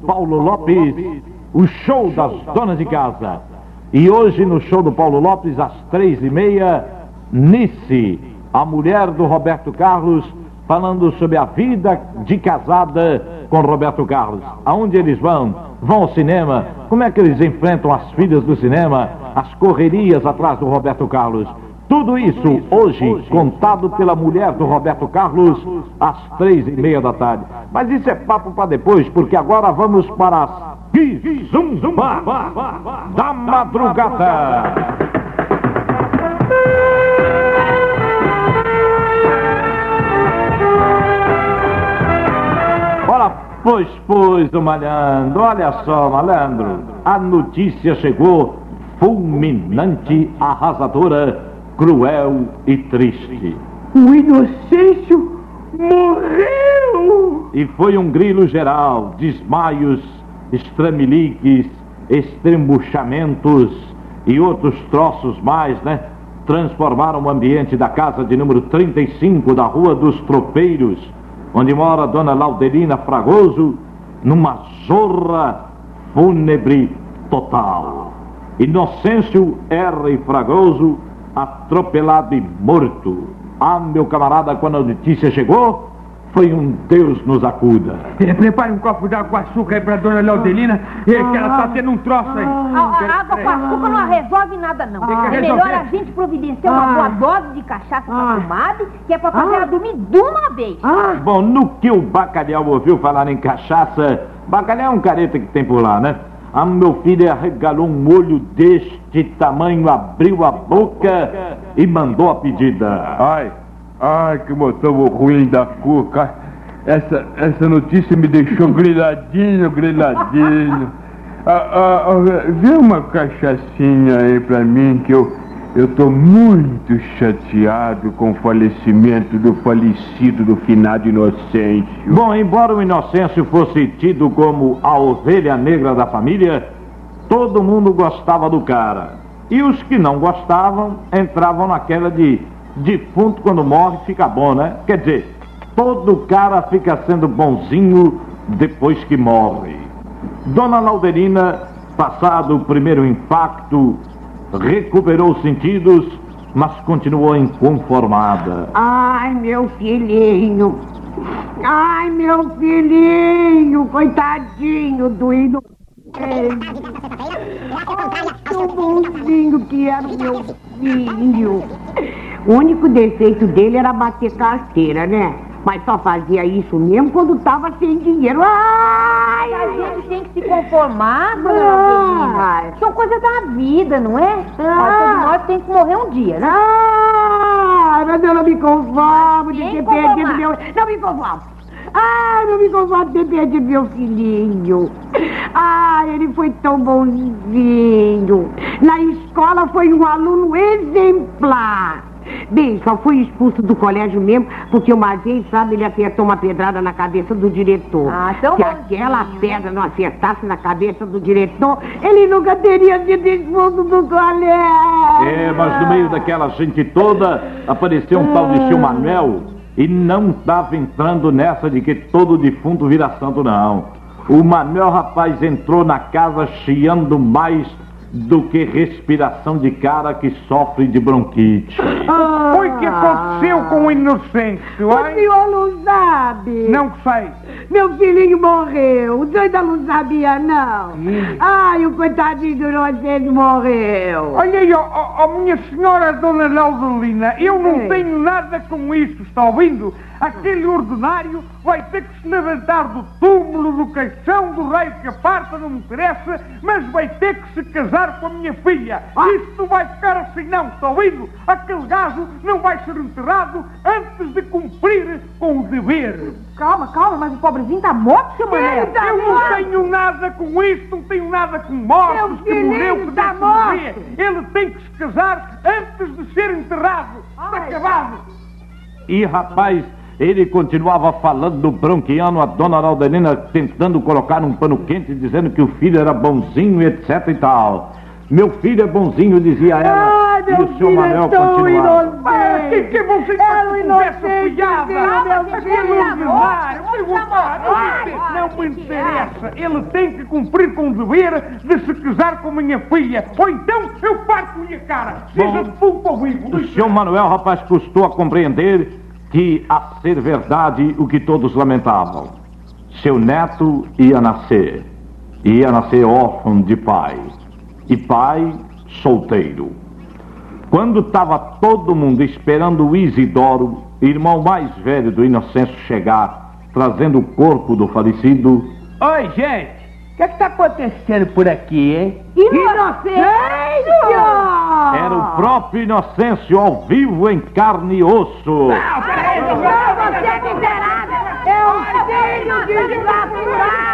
Paulo Lopes, o show das donas de casa. E hoje no show do Paulo Lopes, às 3h30, Nice, a mulher do Roberto Carlos, falando sobre a vida de casada com Roberto Carlos. Aonde eles vão? Vão ao cinema? Como é que eles enfrentam as filhas do cinema? As correrias atrás do Roberto Carlos? Tudo isso hoje contado pela mulher do Roberto Carlos às 3h30 da tarde. Mas isso é papo para depois, porque agora vamos para as Kizumba da madrugada. Ora, pois, o malandro, olha só, malandro, a notícia chegou fulminante, arrasadora, cruel e triste. O Inocêncio morreu! E foi um grilo geral, desmaios, estramiliques, estrebuchamentos e outros troços mais, né? Transformaram o ambiente da casa de número 35 da Rua dos Tropeiros, onde mora a dona Laudelina Fragoso, numa zorra fúnebre total. Inocêncio R. Fragoso, atropelado e morto. Ah, meu camarada, quando a notícia chegou, foi um Deus nos acuda. Prepare um copo d'água com açúcar aí pra dona Laudelina, que ela tá tendo um troço aí. A água com açúcar não resolve nada, não. É melhor a gente providenciar uma boa dose de cachaça pra comadre, que é pra fazer ela dormir de uma vez. Bom, no que o Bacalhau ouviu falar em cachaça, Bacalhau é um careta que tem por lá, né? Ah, meu filho arregalou um olho deste tamanho, abriu a boca e mandou a pedida. Ai, que motor ruim da cuca. Essa notícia me deixou griladinho. Vê uma cachaçinha aí pra mim, que eu tô muito chateado com o falecimento do falecido, do finado Inocêncio. Bom, embora o Inocêncio fosse tido como a ovelha negra da família, todo mundo gostava do cara. E os que não gostavam entravam naquela de defunto quando morre fica bom, né? Quer dizer, todo cara fica sendo bonzinho depois que morre. Dona Laudelina, passado o primeiro impacto, recuperou os sentidos, mas continuou inconformada. Ai, meu filhinho, coitadinho do Inocêncio. Tão bonzinho que era o meu filho. O único defeito dele era bater carteira, né? Mas só fazia isso mesmo quando tava sem dinheiro. Ai, a gente tem que se conformar, dona Laudelina. São coisas da vida, não é? Todos nós temos que morrer um dia, né? Mas eu não me conformo de ter perdido meu... Não me conformo de ter perdido meu filhinho. Ele foi tão bonzinho. Na escola foi um aluno exemplar. Bem, só fui expulso do colégio mesmo porque uma vez, sabe, ele acertou uma pedrada na cabeça do diretor. Se aquela pedra não acertasse na cabeça do diretor, ele nunca teria sido expulso do colégio. Mas no meio daquela gente toda, apareceu um tal de seu Manuel e não estava entrando nessa de que todo defunto vira santo, não. O Manuel, rapaz, entrou na casa chiando mais do que respiração de cara que sofre de bronquite. Foi o que aconteceu com o Inocêncio, O senhor não sabe? Não sei. Meu filhinho morreu. O senhor ainda não sabia, não? O coitadinho do Inocêncio morreu. Olha aí, minha senhora dona Laudelina, eu não tenho nada com isso, está ouvindo? Aquele ordinário vai ter que se levantar do túmulo, do caixão, do raio que aparta, não me interessa, mas vai ter que se casar com a minha filha. Isso não vai ficar assim, não, está ouvindo? Aquele gajo não vai ser enterrado antes de cumprir com o dever. Calma, mas o pobrezinho tá morto, seu Manuel. Eu não tenho nada com isso, não tenho nada com mortos, que morreu, que deve morrer. Ele tem que se casar antes de ser enterrado. Está acabado. E, rapaz, ele continuava falando bronqueando a dona Laudelina, tentando colocar um pano quente, dizendo que o filho era bonzinho, etc e tal. Meu filho é bonzinho, dizia ela. Ai, meu E o seu filho Manuel é tão continuava. inocente. Que você É está um com inocente, conversa fiada? meu Aquele filho. ordinário, não me interessa. Ele tem que cumprir com o dever de se casar com minha filha. Ou então eu parto-lhe a cara. Seja de puto ou vivo. O senhor Manuel, rapaz, custou a compreender que, a ser verdade, o que todos lamentavam. Seu neto ia nascer. Ia nascer órfão de pai. E pai solteiro. Quando estava todo mundo esperando o Isidoro, irmão mais velho do Inocêncio, chegar, trazendo o corpo do falecido... Oi, gente. O que está acontecendo por aqui, hein? Inocência! Era o próprio Inocêncio, ao vivo, em carne e osso. Não, você é miserável! É um filho desgraçado!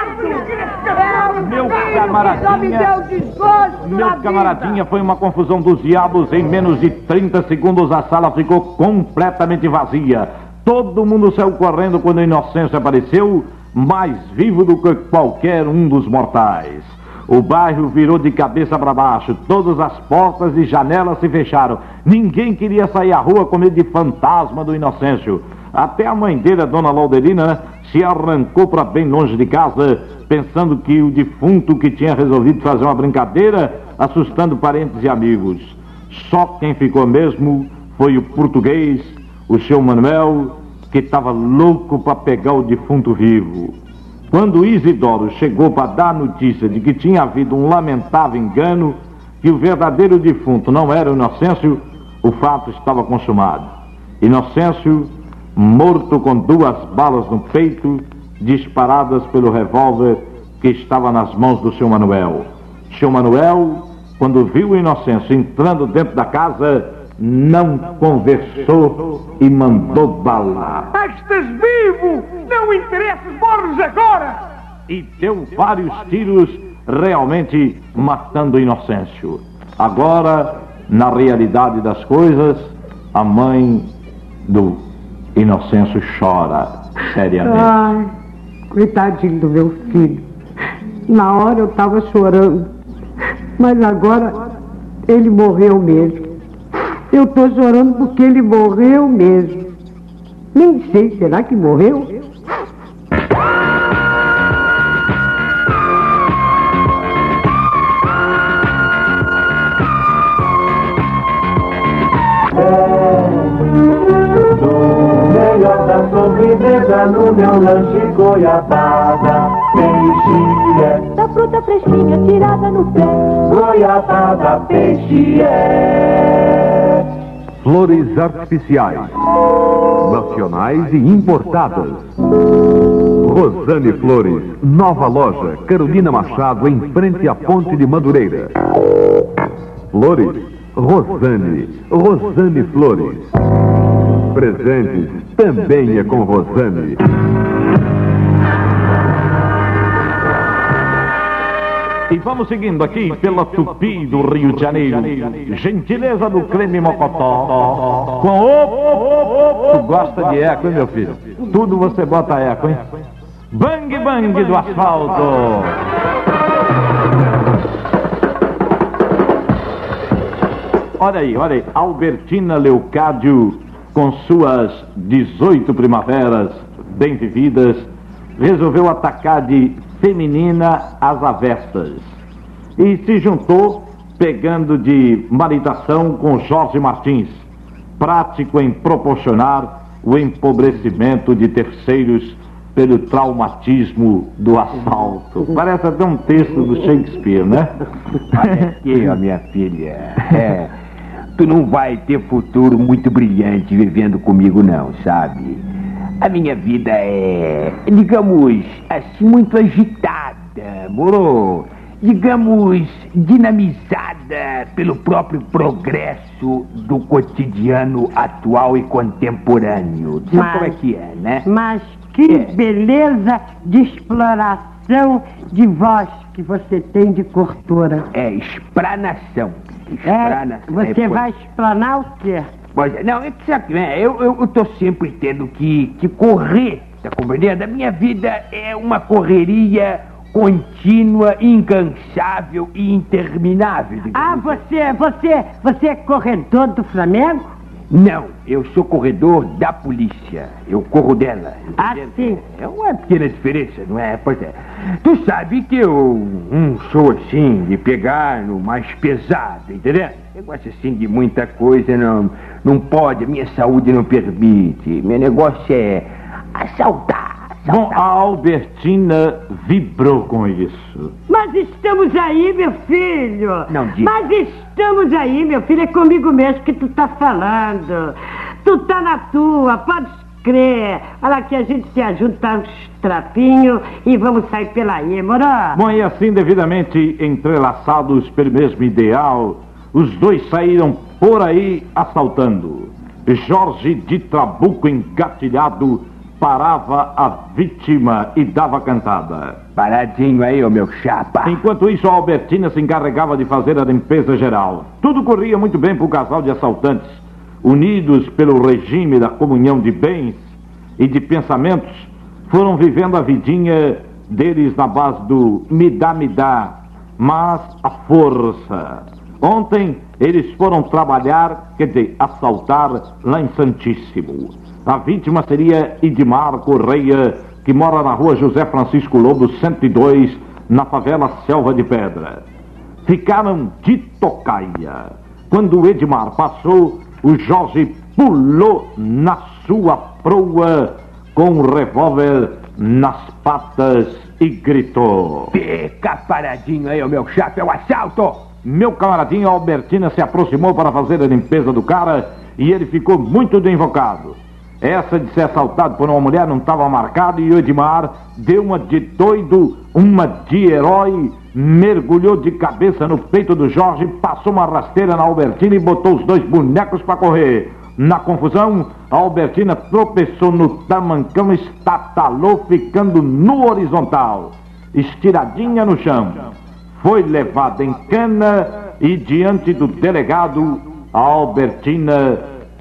Meu camaradinha, meu camaradinha, foi uma confusão dos diabos. Em menos de 30 segundos a sala ficou completamente vazia. Todo mundo saiu correndo quando o Inocêncio apareceu, mais vivo do que qualquer um dos mortais. O bairro virou de cabeça para baixo, todas as portas e janelas se fecharam. Ninguém queria sair à rua com medo de fantasma do Inocêncio. Até a mãe dele, a dona Laudelina, né, se arrancou para bem longe de casa, pensando que o defunto que tinha resolvido fazer uma brincadeira, assustando parentes e amigos. Só quem ficou mesmo foi o português, o seu Manuel, que estava louco para pegar o defunto vivo. Quando Isidoro chegou para dar a notícia de que tinha havido um lamentável engano, que o verdadeiro defunto não era o Inocêncio, o fato estava consumado. Inocêncio, morto com 2 balas no peito, disparadas pelo revólver que estava nas mãos do seu Manuel. Seu Manuel, quando viu o Inocêncio entrando dentro da casa, não conversou e mandou bala. Estás vivo! Não interessas, morres agora! E deu vários tiros, realmente matando o Inocêncio. Agora, na realidade das coisas, a mãe do Inocêncio chora seriamente. Ai, coitadinho do meu filho. Na hora eu estava chorando, mas agora ele morreu mesmo. Eu estou chorando porque ele morreu mesmo. Nem sei, será que morreu? Sobremesa no meu lanche goiabada, peixe é. Da fruta fresquinha tirada no pé, goiabada, peixe é. Flores artificiais, nacionais e importadas. Rosane Flores, nova loja, Carolina Machado, em frente à Ponte de Madureira. Flores, Rosane Flores. Presentes também é com Rosane. E vamos seguindo aqui pela Tupi do Rio de Janeiro. Gentileza do Creme Mocotó. Com o... Tu gosta de eco, hein, meu filho? Tudo você bota eco, hein? Bang Bang do asfalto. Olha aí, Albertina Leucádio, com suas 18 primaveras bem vividas, resolveu atacar de feminina às avessas e se juntou pegando de maritação com Jorge Martins, prático em proporcionar o empobrecimento de terceiros pelo traumatismo do assalto. Parece até um texto do Shakespeare, né? Olha aqui, ó, minha filha. Tu não vai ter futuro muito brilhante vivendo comigo, não, sabe? A minha vida é, digamos, assim, muito agitada, moro? Digamos, dinamizada pelo próprio progresso do cotidiano atual e contemporâneo. Sabe como é que é, né? Mas que beleza de exploração de voz que você tem de cortora. Explanação. Você vai explanar o quê? Pois é, não, é que sabe, né? Eu tô sempre tendo que correr, tá compreendendo? A minha vida é uma correria contínua, incansável e interminável. Você é corredor do Flamengo? Não, eu sou corredor da polícia. Eu corro dela. Sim. É uma pequena diferença, não é? Pois é. Tu sabe que eu não sou assim de pegar no mais pesado, entendeu? Negócio assim de muita coisa não pode, a minha saúde não permite. Meu negócio é assaltar. Bom, a Albertina vibrou com isso. Mas estamos aí, meu filho. Não diga. Mas estamos aí, meu filho. É comigo mesmo que tu tá falando. Tu tá na tua, pode crer. Olha que a gente se ajuda uns trapinhos e vamos sair pela aí, moro? Bom, e assim, devidamente entrelaçados pelo mesmo ideal, os dois saíram por aí assaltando. Jorge de Trabuco, engatilhado, parava a vítima e dava cantada. Paradinho aí, ô meu chapa. Enquanto isso, a Albertina se encarregava de fazer a limpeza geral. Tudo corria muito bem para o casal de assaltantes, unidos pelo regime da comunhão de bens e de pensamentos, foram vivendo a vidinha deles na base do me dá, mas a força. Ontem, eles foram trabalhar, quer dizer, assaltar lá em Santíssimo. A vítima seria Idmar Correia, que mora na rua José Francisco Lobo, 102, na favela Selva de Pedra. Ficaram de tocaia. Quando o Edmar passou, o Jorge pulou na sua proa com um revólver nas patas e gritou: Fica paradinho aí, ô meu chapa, é o assalto! Meu camaradinho, a Albertina se aproximou para fazer a limpeza do cara e ele ficou muito invocado. Essa de ser assaltado por uma mulher não estava marcada e o Edmar deu uma de doido, uma de herói, mergulhou de cabeça no peito do Jorge, passou uma rasteira na Albertina e botou os dois bonecos para correr. Na confusão, a Albertina tropeçou no tamancão, estatalou, ficando no horizontal, estiradinha no chão. Foi levada em cana e diante do delegado, a Albertina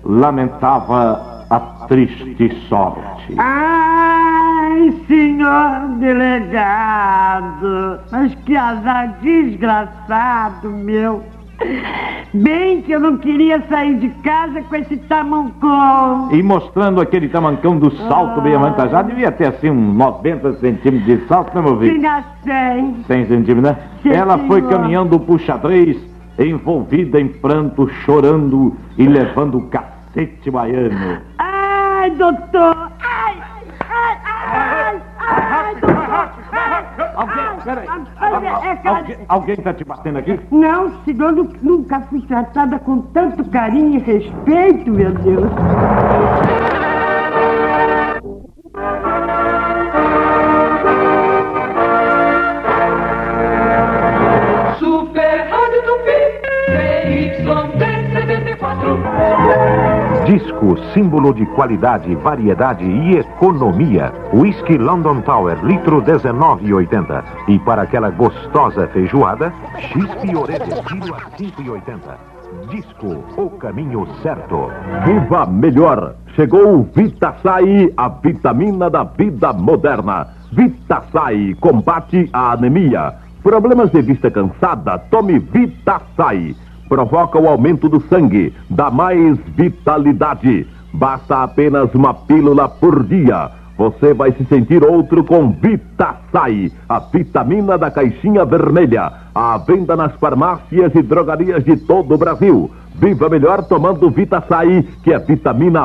lamentava a triste sorte. Ai, senhor delegado, mas que azar desgraçado, meu. Bem que eu não queria sair de casa com esse tamancão. E mostrando aquele tamancão do salto bem avantajado, devia ter assim uns 90 centímetros de salto, né, meu filho? Tinha 100. 100 centímetros, né? Sim, ela foi senhor. caminhando por xadrez, envolvida em pranto, chorando e levando o cacete baiano. Ai, doutor! Ai, doutor! Alguém está te batendo aqui? Não, senhor, nunca fui tratada com tanto carinho e respeito, meu Deus. Super Rádio Tupi, CYT-74. Disco, símbolo de qualidade, variedade e economia. Whisky London Tower, litro 19,80. E para aquela gostosa feijoada, X orelha, quilo a 5,80. Disco, o caminho certo. Viva melhor! Chegou o Vitasay, a vitamina da vida moderna. Vitasay combate a anemia. Problemas de vista cansada? Tome Vitasay. Provoca o aumento do sangue, dá mais vitalidade. Basta apenas uma pílula por dia. Você vai se sentir outro com Vitasay, a vitamina da caixinha vermelha. À venda nas farmácias e drogarias de todo o Brasil. Viva melhor tomando Vitasay, que é vitamina.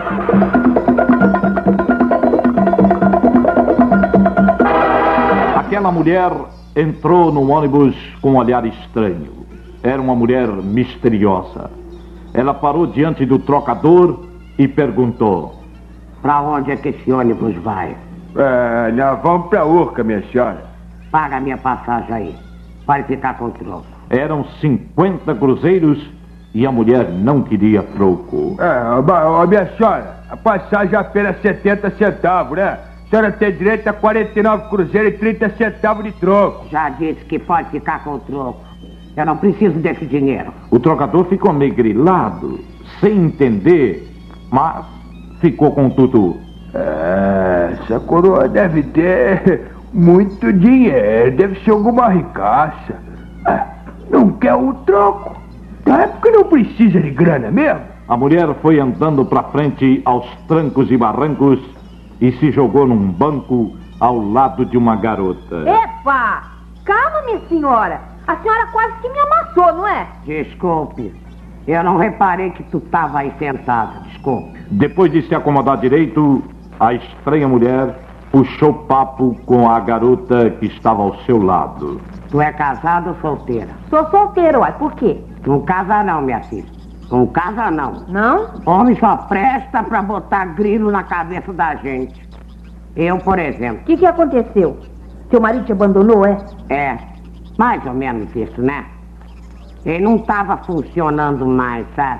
Aquela mulher entrou no ônibus com um olhar estranho. Era uma mulher misteriosa. Ela parou diante do trocador e perguntou: Pra onde é que esse ônibus vai? Nós vamos pra Urca, minha senhora. Paga a minha passagem aí. Pode ficar com o troco. Eram 50 cruzeiros e a mulher não queria troco. Minha senhora, a passagem é apenas 70 centavos, né? A senhora tem direito a 49 cruzeiros e 30 centavos de troco. Já disse que pode ficar com o troco. Eu não preciso desse dinheiro. O trocador ficou meio grilado, sem entender, mas ficou com tudo. Essa coroa deve ter Muito dinheiro, deve ser alguma ricaça. Não quer o troco? É porque não precisa de grana mesmo. A mulher foi andando para frente aos trancos e barrancos e se jogou num banco ao lado de uma garota. Epa! Calma, minha senhora. A senhora quase que me amassou, não é? Desculpe. Eu não reparei que tu tava aí sentada. Desculpe. Depois de se acomodar direito, a estranha mulher puxou papo com a garota que estava ao seu lado. Tu é casada ou solteira? Sou solteira, uai. Por quê? Não casa não, minha filha. Não casa não. Não? Homem só presta pra botar grilo na cabeça da gente. Eu, por exemplo. O que aconteceu? Seu marido te abandonou, é? É, mais ou menos isso, né? Ele não tava funcionando mais, sabe?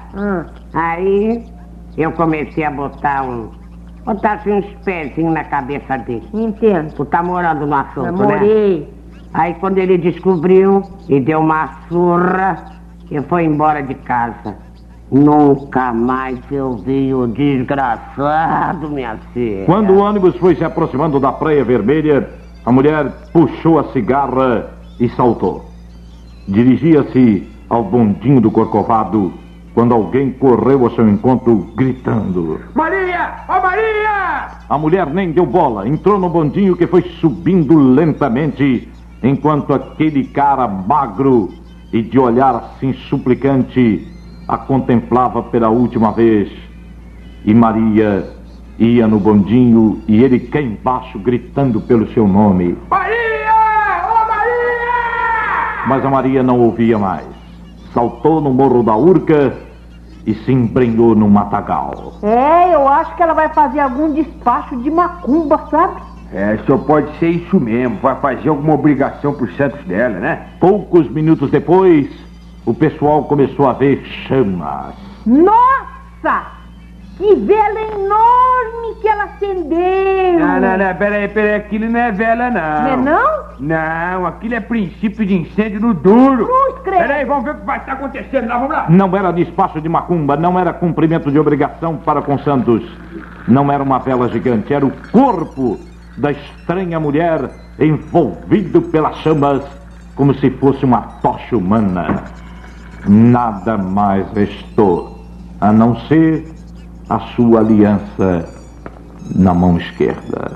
Aí eu comecei a botar assim uns pezinhos na cabeça dele. Entendo. Tu tá morando no assunto, Namorei. né? Aí quando ele descobriu e deu uma surra, eu fui embora de casa. Nunca mais eu vi o desgraçado, minha filha. Quando o ônibus foi se aproximando da Praia Vermelha, a mulher puxou a cigarra e saltou. Dirigia-se ao bondinho do Corcovado quando alguém correu ao seu encontro gritando: Maria! Ó, Maria! A mulher nem deu bola, entrou no bondinho que foi subindo lentamente, enquanto aquele cara magro e de olhar assim suplicante a contemplava pela última vez. E Maria ia no bondinho e ele cá embaixo gritando pelo seu nome. Maria! Ó, Maria! Mas a Maria não ouvia mais. Saltou no Morro da Urca e se embrenhou num matagal. É, eu acho que ela vai fazer algum despacho de macumba, sabe? Só pode ser isso mesmo. Vai fazer alguma obrigação pros santos dela, né? Poucos minutos depois, o pessoal começou a ver chamas. Nossa! Que vela enorme que ela acendeu! Não, peraí, aquilo não é vela, não. Não é não? Não, aquilo é princípio de incêndio no duro. Cruz, credo! Peraí, vamos ver o que vai estar acontecendo lá, vamos lá. Não era despacho de macumba, não era cumprimento de obrigação para com santos. Não era uma vela gigante, era o corpo da estranha mulher envolvido pelas chamas como se fosse uma tocha humana. Nada mais restou a não ser a sua aliança na mão esquerda.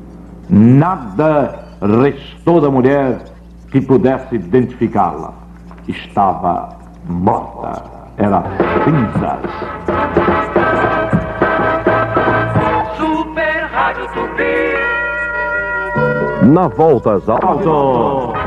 Nada restou da mulher que pudesse identificá-la. Estava morta. Era cinzas. Super Rádio Tupi. Na volta às aulas.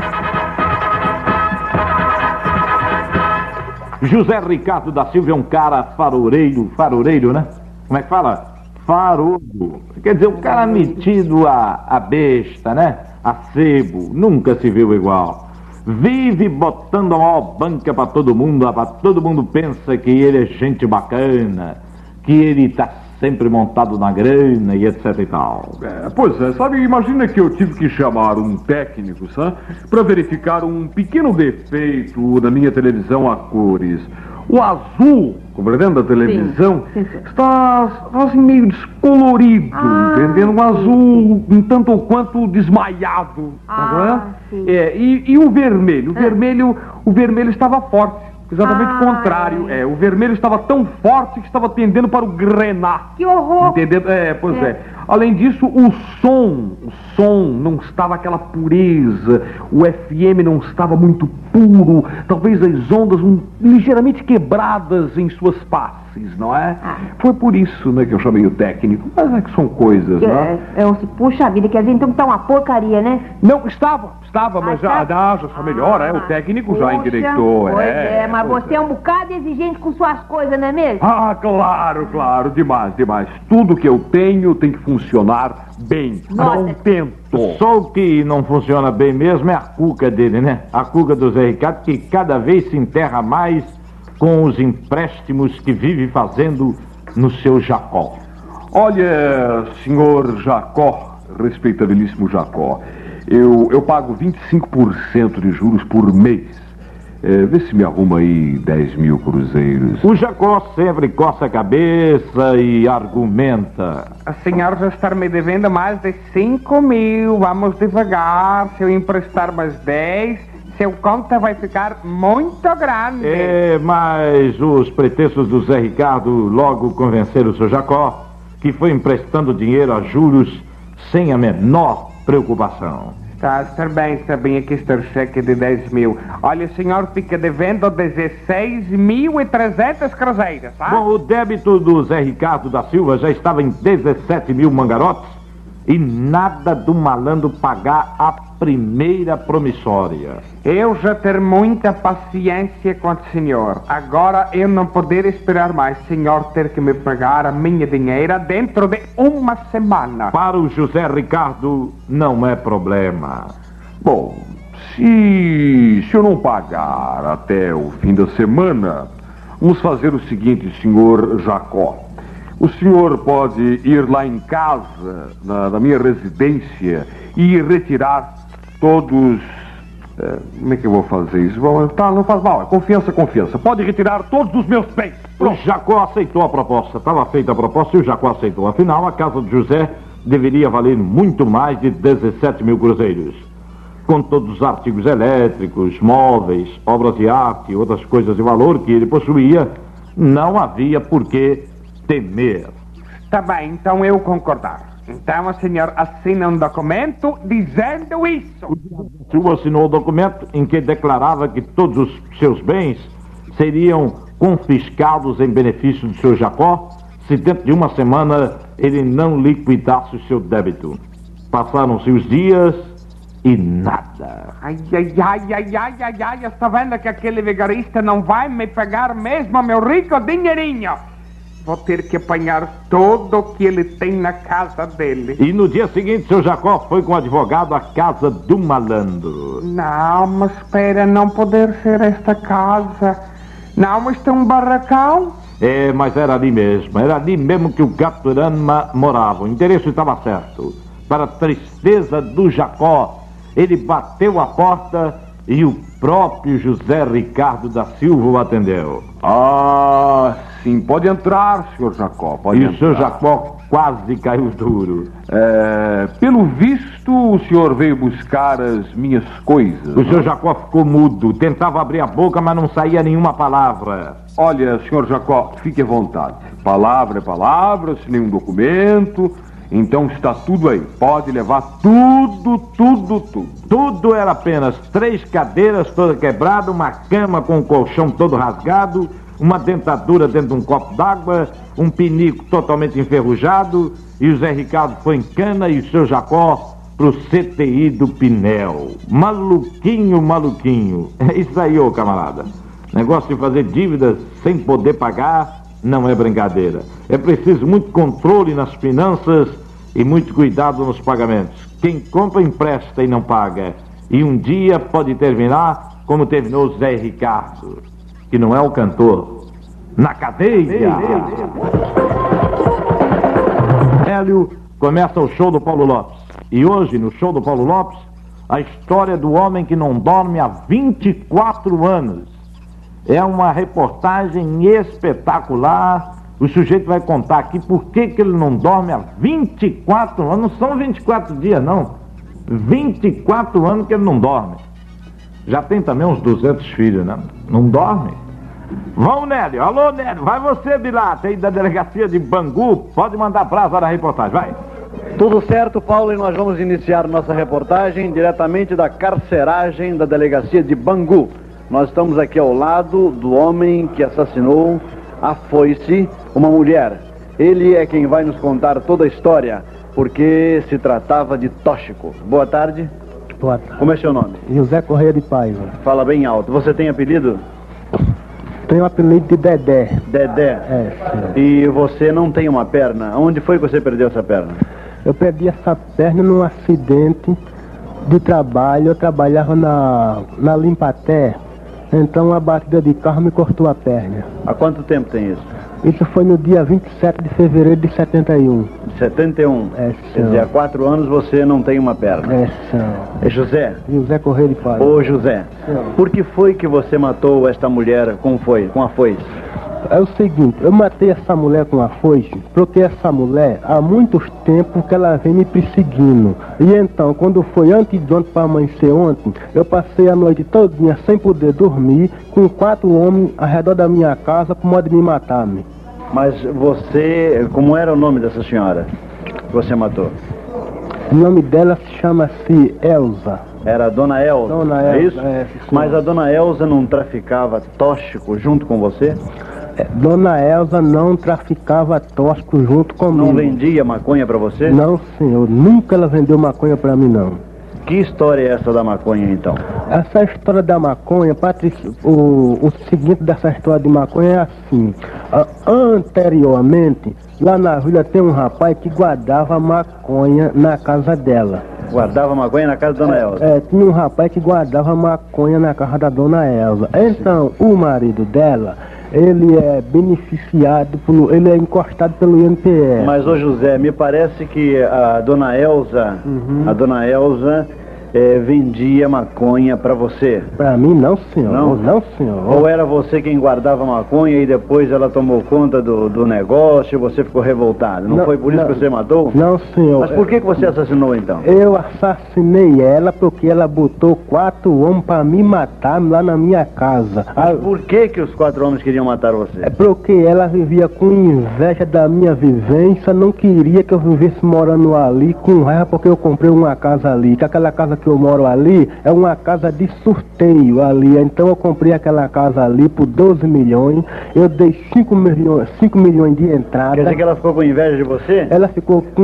José Ricardo da Silva é um cara faroreiro, né? Como é que fala? Faroso. Quer dizer, um cara metido a besta, né? A sebo. Nunca se viu igual. Vive botando a maior banca pra todo mundo pensa que ele é gente bacana, que ele tá sempre montado na grana e etc e tal. Pois é, sabe, imagina que eu tive que chamar um técnico, sabe, para verificar um pequeno defeito na minha televisão a cores. O azul, compreendendo, da televisão, sim. Está assim meio descolorido, entendendo? Um azul um tanto ou quanto desmaiado, tá sim. E o vermelho? O vermelho estava forte. Exatamente o contrário. O vermelho estava tão forte que estava tendendo para o grenar. Que horror! Entendendo? Pois é. Além disso, o som não estava aquela pureza, o FM não estava muito puro, talvez as ondas ligeiramente quebradas em suas passes, não é? Foi por isso, né, que eu chamei o técnico. Mas é que são coisas, né? Puxa vida, quer dizer então que tá uma porcaria, né? Não, estava, mas já está melhor, o técnico já endireitou. Mas você é um bocado exigente com suas coisas, não é mesmo? Claro, demais. Tudo que eu tenho tem que funcionar bem, contento. Só o que não funciona bem mesmo é a cuca dele, né? A cuca do Zé Ricardo, que cada vez se enterra mais com os empréstimos que vive fazendo no seu Jacó. Olha, senhor Jacó, respeitabilíssimo Jacó, eu pago 25% de juros por mês. Vê se me arruma aí 10 mil cruzeiros. O Jacó sempre coça a cabeça e argumenta. A senhora já está me devendo mais de 5 mil. Vamos devagar. Se eu emprestar mais 10, seu conta vai ficar muito grande. Mas os pretextos do Zé Ricardo logo convenceram o seu Jacó, que foi emprestando dinheiro a juros sem a menor preocupação. Está bem, aqui está o cheque de 10 mil. Olha, o senhor fica devendo 16.300 cruzeiros, tá? Bom, o débito do Zé Ricardo da Silva já estava em 17 mil mangarotes e nada do malandro pagar a primeira promissória. Eu já tenho muita paciência com o senhor. Agora eu não poder esperar mais. O senhor ter que me pagar a minha dinheiro dentro de uma semana. Para o José Ricardo não é problema. Bom, se eu não pagar até o fim da semana, vamos fazer o seguinte, senhor Jacó. O senhor pode ir lá em casa, na minha residência, e retirar todos... como é que eu vou fazer isso? Bom, tá, não faz mal, é confiança. Pode retirar todos os meus bens. Pronto. O Jacó aceitou a proposta. Estava feita a proposta e o Jacó aceitou. Afinal, a casa do José deveria valer muito mais de 17 mil cruzeiros. Com todos os artigos elétricos, móveis, obras de arte e outras coisas de valor que ele possuía, não havia por que temer. Tá bem, então eu concordar. Então o senhor assina um documento dizendo isso. O Silva assinou o documento em que declarava que todos os seus bens seriam confiscados em benefício do seu Jacó se dentro de uma semana ele não liquidasse o seu débito. Passaram-se os dias e nada. Ai, está vendo que aquele vigarista não vai me pagar mesmo meu rico dinheirinho? Vou ter que apanhar tudo o que ele tem na casa dele. E no dia seguinte, seu Jacó foi com o advogado à casa do malandro. Não, mas espera, não poder ser esta casa. Não, mas tem um barracão. Mas era ali mesmo que o Gaturama morava. O endereço estava certo. Para a tristeza do Jacó, ele bateu a porta e o próprio José Ricardo da Silva o atendeu. Ah, sim, pode entrar, senhor Jacó, pode entrar. E o senhor Jacó quase caiu duro. Pelo visto, o senhor veio buscar as minhas coisas. O senhor Jacó ficou mudo, tentava abrir a boca, mas não saía nenhuma palavra. Olha, senhor Jacó, fique à vontade. Palavra é palavra, sem nenhum documento. Então está tudo aí. Pode levar tudo. Tudo era apenas 3 cadeiras toda quebrada, uma cama com o colchão todo rasgado, uma dentadura dentro de um copo d'água, um pinico totalmente enferrujado, e o Zé Ricardo foi em cana e o seu Jacó pro CTI do Pinel. Maluquinho. É isso aí, ô camarada. Negócio de fazer dívidas sem poder pagar não é brincadeira. É preciso muito controle nas finanças e muito cuidado nos pagamentos. Quem compra empresta e não paga. E um dia pode terminar como terminou Zé Ricardo, que não é o cantor, na cadeia. Hélio, começa o show do Paulo Lopes. E hoje, no show do Paulo Lopes, a história do homem que não dorme há 24 anos. É uma reportagem espetacular. O sujeito vai contar aqui por que ele não dorme há 24 anos. Não são 24 dias, não. 24 anos que ele não dorme. Já tem também uns 200 filhos, né? Não dorme. Vamos, Nélio. Alô, Nélio. Vai você, Bilate, aí da delegacia de Bangu. Pode mandar brasa na reportagem, vai. Tudo certo, Paulo, e nós vamos iniciar nossa reportagem diretamente da carceragem da delegacia de Bangu. Nós estamos aqui ao lado do homem que assassinou a foice uma mulher. Ele é quem vai nos contar toda a história, porque se tratava de Tóxico. Boa tarde. Boa tarde. Como é seu nome? José Correia de Paiva. Fala bem alto. Você tem apelido? Tenho o apelido de Dedé. Dedé? Sim. E você não tem uma perna? Onde foi que você perdeu essa perna? Eu perdi essa perna num acidente de trabalho. Eu trabalhava na Limpaté. Então a batida de carro me cortou a perna. Há quanto tempo tem isso? Isso foi no dia 27 de fevereiro de 71. 71. É, Quer dizer, há 4 anos você não tem uma perna. É, senhor. É José? José Correia de Paz. Ô, José, Senhor. por que foi que você matou esta mulher com a foice? É o seguinte, eu matei essa mulher com a foice, porque essa mulher, há muitos tempos que ela vem me perseguindo. E então, quando foi antes de ontem para amanhecer ontem, eu passei a noite todinha sem poder dormir, com 4 homens ao redor da minha casa, com modo de me matar. Mas você, como era o nome dessa senhora que você matou? O nome dela se chama-se Elza. Era a Dona Elza, Dona é Elza, isso? é, sim, Mas a Dona Elza não traficava tóxico junto com você? Dona Elza não traficava tóxico junto comigo. Não vendia maconha pra você? Não, senhor. Nunca ela vendeu maconha pra mim, não. Que história é essa da maconha, então? Essa história da maconha, Patrícia, o seguinte dessa história de maconha é assim. Anteriormente, lá na vila tem um rapaz que guardava maconha na casa dela. Guardava maconha na casa da Dona Elza? Tinha um rapaz que guardava maconha na casa da Dona Elza. Então, o marido dela, ele é beneficiado, ele é encostado pelo INPS. Mas, ô José, me parece que a Dona Elza, vendia maconha pra você. Pra mim não, senhor. Não, senhor. Ou era você quem guardava maconha e depois ela tomou conta do negócio e você ficou revoltado? Não foi por isso que você matou? Não, senhor. Mas por que você assassinou então? Eu assassinei ela porque ela botou 4 homens pra me matar lá na minha casa. Mas por que os 4 homens queriam matar você? É porque ela vivia com inveja da minha vivência, não queria que eu vivesse morando ali com raiva porque eu comprei uma casa ali, que aquela casa que eu moro ali é uma casa de sorteio ali, então eu comprei aquela casa ali por 12 milhões, eu dei 5 milhões de entrada. Quer dizer que ela ficou com inveja de você? Ela ficou com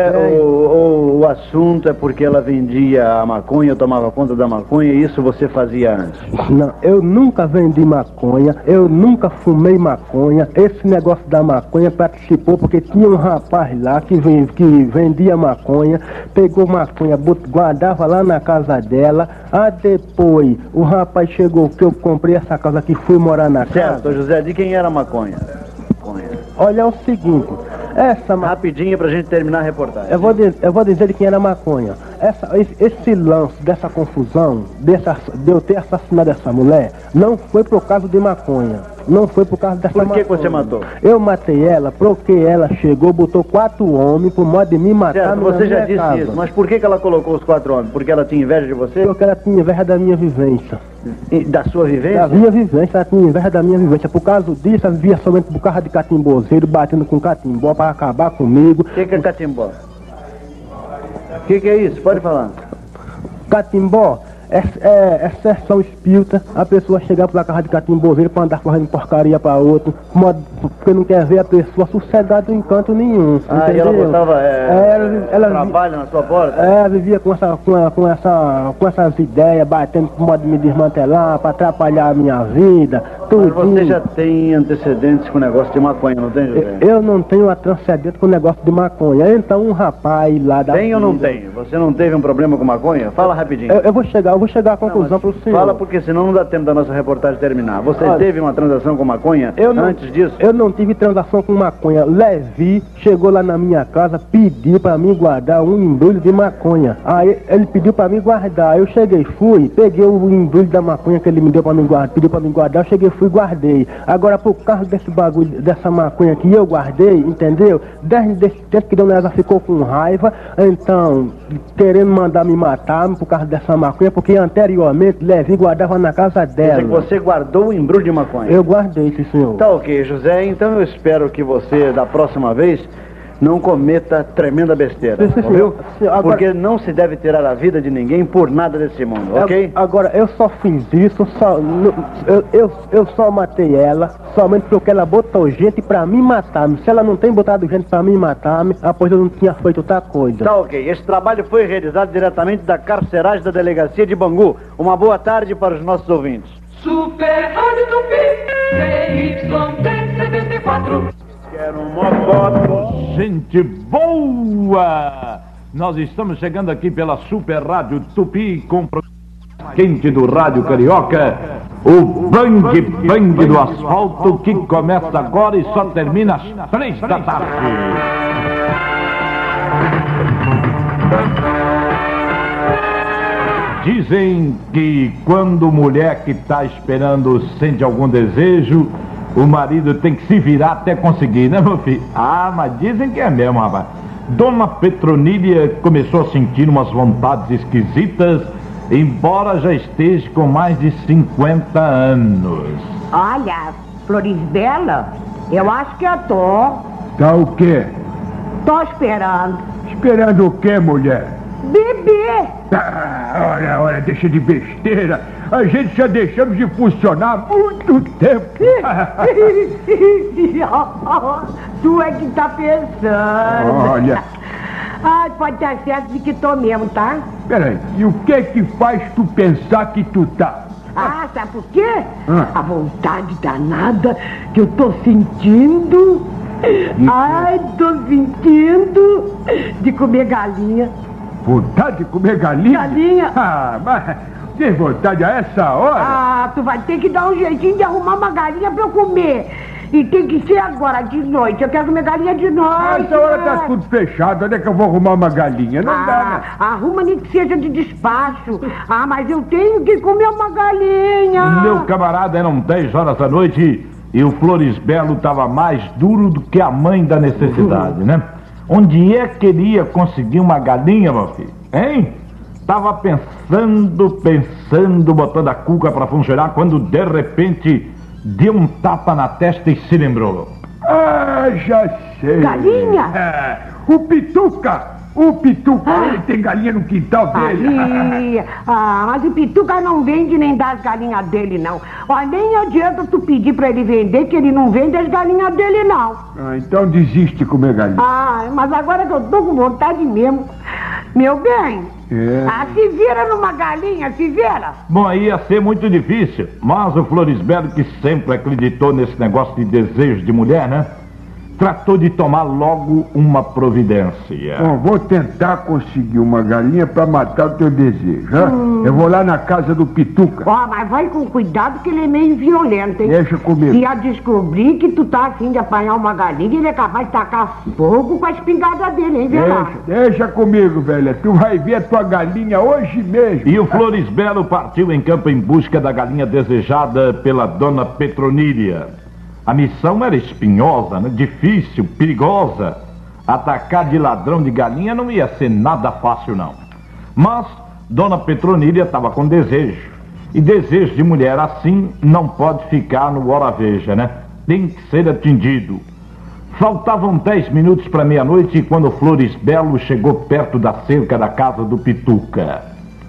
ou o assunto é porque ela vendia a maconha, eu tomava conta da maconha e isso você fazia antes? Não, eu nunca vendi maconha, eu nunca fumei maconha, esse negócio da maconha participou porque tinha um rapaz lá que vendia maconha, pegou maconha, guardava lá na casa dela. Depois o rapaz chegou que eu comprei essa casa aqui, fui morar na casa. Certo, José, de quem era a maconha? Olha, é o seguinte, rapidinho pra gente terminar a reportagem. Eu vou dizer de quem era a maconha. Esse lance dessa confusão, de eu ter assassinado essa mulher, não foi por causa de maconha. Não foi por causa dessa maconha. Por que você matou? Eu matei ela porque ela chegou, botou 4 homens por modo de me matar. Certo, você já disse isso, mas por que ela colocou os 4 homens? Porque ela tinha inveja de você? Porque ela tinha inveja da minha vivência. Da sua vivência? Da minha vivência, ela tinha inveja da minha vivência. Por causa disso, ela vivia somente por causa de catimbozeiro, batendo com catimbó para acabar comigo. O que é catimbó? O que é isso? Pode falar. Catimbó é sessão espírita, a pessoa chegar pela casa de catimbozeiro para andar fazendo porcaria para outro, porque não quer ver a pessoa sossegada em canto nenhum. E ela botava trabalho na sua porta? Ela vivia com essas ideias, batendo com modo de me desmantelar, para atrapalhar a minha vida. Mas você já tem antecedentes com o negócio de maconha, não tem, José? Eu não tenho antecedente com o negócio de maconha. Então um rapaz lá da... Tem ou não tem? Você não teve um problema com maconha? Fala rapidinho. Eu vou chegar à conclusão para o senhor. Fala porque senão não dá tempo da nossa reportagem terminar. Você teve uma transação com maconha antes disso? Eu não tive transação com maconha. Levi chegou lá na minha casa, pediu para mim guardar um embrulho de maconha. Aí ele pediu para mim guardar. Eu cheguei, peguei o embrulho da maconha que ele me deu para mim guardar, pediu para mim guardar, eu cheguei, fui e guardei. Agora por causa desse bagulho, dessa maconha que eu guardei, entendeu? Desde esse tempo que Dona Elza ficou com raiva, então querendo mandar me matar por causa dessa maconha, porque anteriormente Levi guardava na casa dela. Quer dizer que você guardou o embrulho de maconha? Eu guardei, sim, senhor. Tá ok, José, então eu espero que você, da próxima vez, não cometa tremenda besteira, ouviu? Porque não se deve tirar a vida de ninguém por nada desse mundo, ok? Agora, eu só fiz isso, eu só matei ela, somente porque ela botou gente pra me matar. Se ela não tem botado gente pra me matar, após eu não tinha feito outra coisa. Tá ok, esse trabalho foi realizado diretamente da carceragem da delegacia de Bangu. Uma boa tarde para os nossos ouvintes. Super Rádio Tupi, CYT-74. Quero uma foto. Gente boa! Nós estamos chegando aqui pela Super Rádio Tupi com o programa quente do Rádio Carioca. O bang bang do asfalto que começa agora e só termina às 3 da tarde. Dizem que quando mulher que está esperando sente algum desejo, o marido tem que se virar até conseguir, né, meu filho? Ah, mas dizem que é mesmo, rapaz. Dona Petronília começou a sentir umas vontades esquisitas, embora já esteja com mais de 50 anos. Olha, Florisbela, eu acho que eu tô. Tá o quê? Tô esperando. Esperando o quê, mulher? Bebê! Olha, deixa de besteira. A gente já deixamos de funcionar há muito tempo. Tu é que tá pensando. Olha. Ai, pode estar certo de que tô mesmo, tá? Peraí, e o que faz tu pensar que tu tá? Ah, sabe por quê? A vontade danada que eu tô sentindo. Ai, tô sentindo de comer galinha. Vontade de comer galinha? Galinha? Ah, mas tem vontade a essa hora? Ah, tu vai ter que dar um jeitinho de arrumar uma galinha pra eu comer. E tem que ser agora, de noite. Eu quero comer galinha de noite. Essa hora tá tudo fechado. Onde é que eu vou arrumar uma galinha? Não dá, né? Arruma nem que seja de despacho. Ah, mas eu tenho que comer uma galinha. Meu camarada, eram 10 horas da noite e o Florisbelo estava mais duro do que a mãe da necessidade, né? Onde é que ele ia conseguir uma galinha, meu filho? Hein? Tava pensando, botando a cuca pra funcionar, quando de repente deu um tapa na testa e se lembrou. Ah, já sei. Galinha? É, o Pituca. O Pituca, ele tem galinha no quintal dele. Mas o Pituca não vende nem das galinhas dele, não. Ó, nem adianta tu pedir pra ele vender, que ele não vende as galinhas dele, não. Ah, então desiste de comer galinha. Ah, mas agora que eu tô com vontade mesmo. Meu bem, se vira numa galinha, se vira. Bom, aí ia ser muito difícil, mas o Florisbelo, que sempre acreditou nesse negócio de desejo de mulher, né? Tratou de tomar logo uma providência. Bom, vou tentar conseguir uma galinha pra matar o teu desejo, hein? Eu vou lá na casa do Pituca. Ó, mas vai com cuidado que ele é meio violento, hein? Deixa comigo. Se a descobrir que tu tá afim de apanhar uma galinha, ele é capaz de tacar fogo com a espingarda dele, hein, velho? Deixa comigo, velha. Tu vai ver a tua galinha hoje mesmo. E o Florisbelo partiu em campo em busca da galinha desejada pela Dona Petronília. A missão era espinhosa, né? Difícil, perigosa. Atacar de ladrão de galinha não ia ser nada fácil, não. Mas Dona Petronília estava com desejo. E desejo de mulher assim não pode ficar no hora veja, né? Tem que ser atendido. Faltavam 10 minutos para meia-noite quando o Florisbelo chegou perto da cerca da casa do Pituca.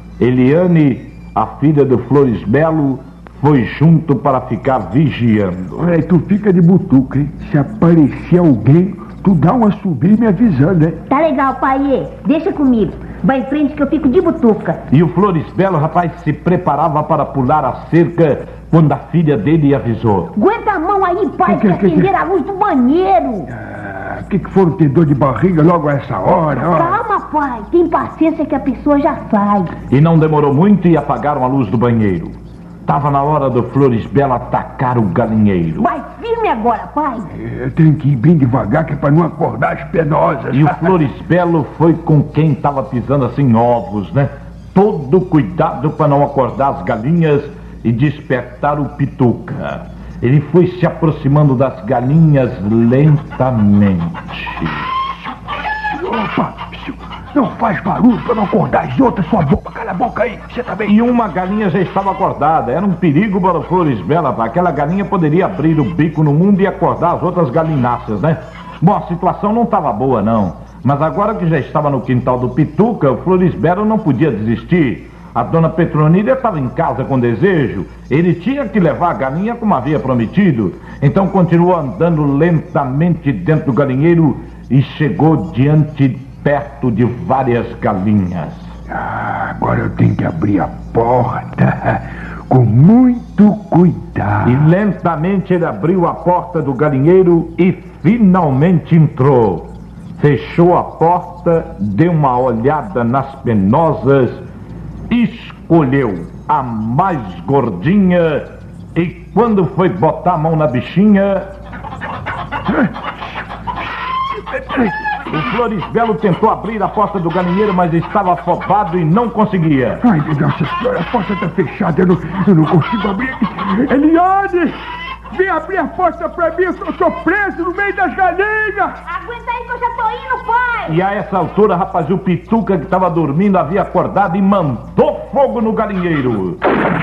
Eliane, a filha do Florisbelo, foi junto para ficar vigiando. Olha, tu fica de butuca, hein? Se aparecer alguém, tu dá uma subida e me avisando, né? Tá legal, pai. Deixa comigo. Vai em frente que eu fico de butuca. E o Florisbelo, rapaz, se preparava para pular a cerca quando a filha dele avisou. Aguenta a mão aí, pai, pra acender a luz do banheiro. O que foram ter dor de barriga logo a essa hora? Calma, pai. Tem paciência que a pessoa já faz. E não demorou muito e apagaram a luz do banheiro. Tava na hora do Florisbelo atacar o galinheiro. Vai firme agora, pai. Eu tenho que ir bem devagar, que é pra não acordar as penosas. E o Florisbelo foi com quem tava pisando assim ovos, né? Todo cuidado para não acordar as galinhas e despertar o Pituca. Ele foi se aproximando das galinhas lentamente. Opa! Não faz barulho pra não acordar as outras, sua boca, cala a boca aí, você tá bem? E uma galinha já estava acordada, era um perigo para o Florisbelo, aquela galinha poderia abrir o bico no mundo e acordar as outras galináceas, né? Bom, a situação não estava boa não, mas agora que já estava no quintal do Pituca, o Florisbelo não podia desistir. A Dona Petronília estava em casa com desejo, ele tinha que levar a galinha como havia prometido, então continuou andando lentamente dentro do galinheiro e chegou perto de várias galinhas. Agora eu tenho que abrir a porta com muito cuidado. E lentamente ele abriu a porta do galinheiro e finalmente entrou. Fechou a porta, deu uma olhada nas penosas, escolheu a mais gordinha E quando foi botar a mão na bichinha... O Florisbelo tentou abrir a porta do galinheiro, mas estava afobado e não conseguia. Ai, nossa senhora, a porta está fechada, eu não consigo abrir. Eliane! Vem abrir a porta pra mim, eu tô preso no meio das galinhas! Aguenta aí que eu já tô indo, pai! E a essa altura, rapaz, o Pituca que estava dormindo havia acordado e mandou fogo no galinheiro.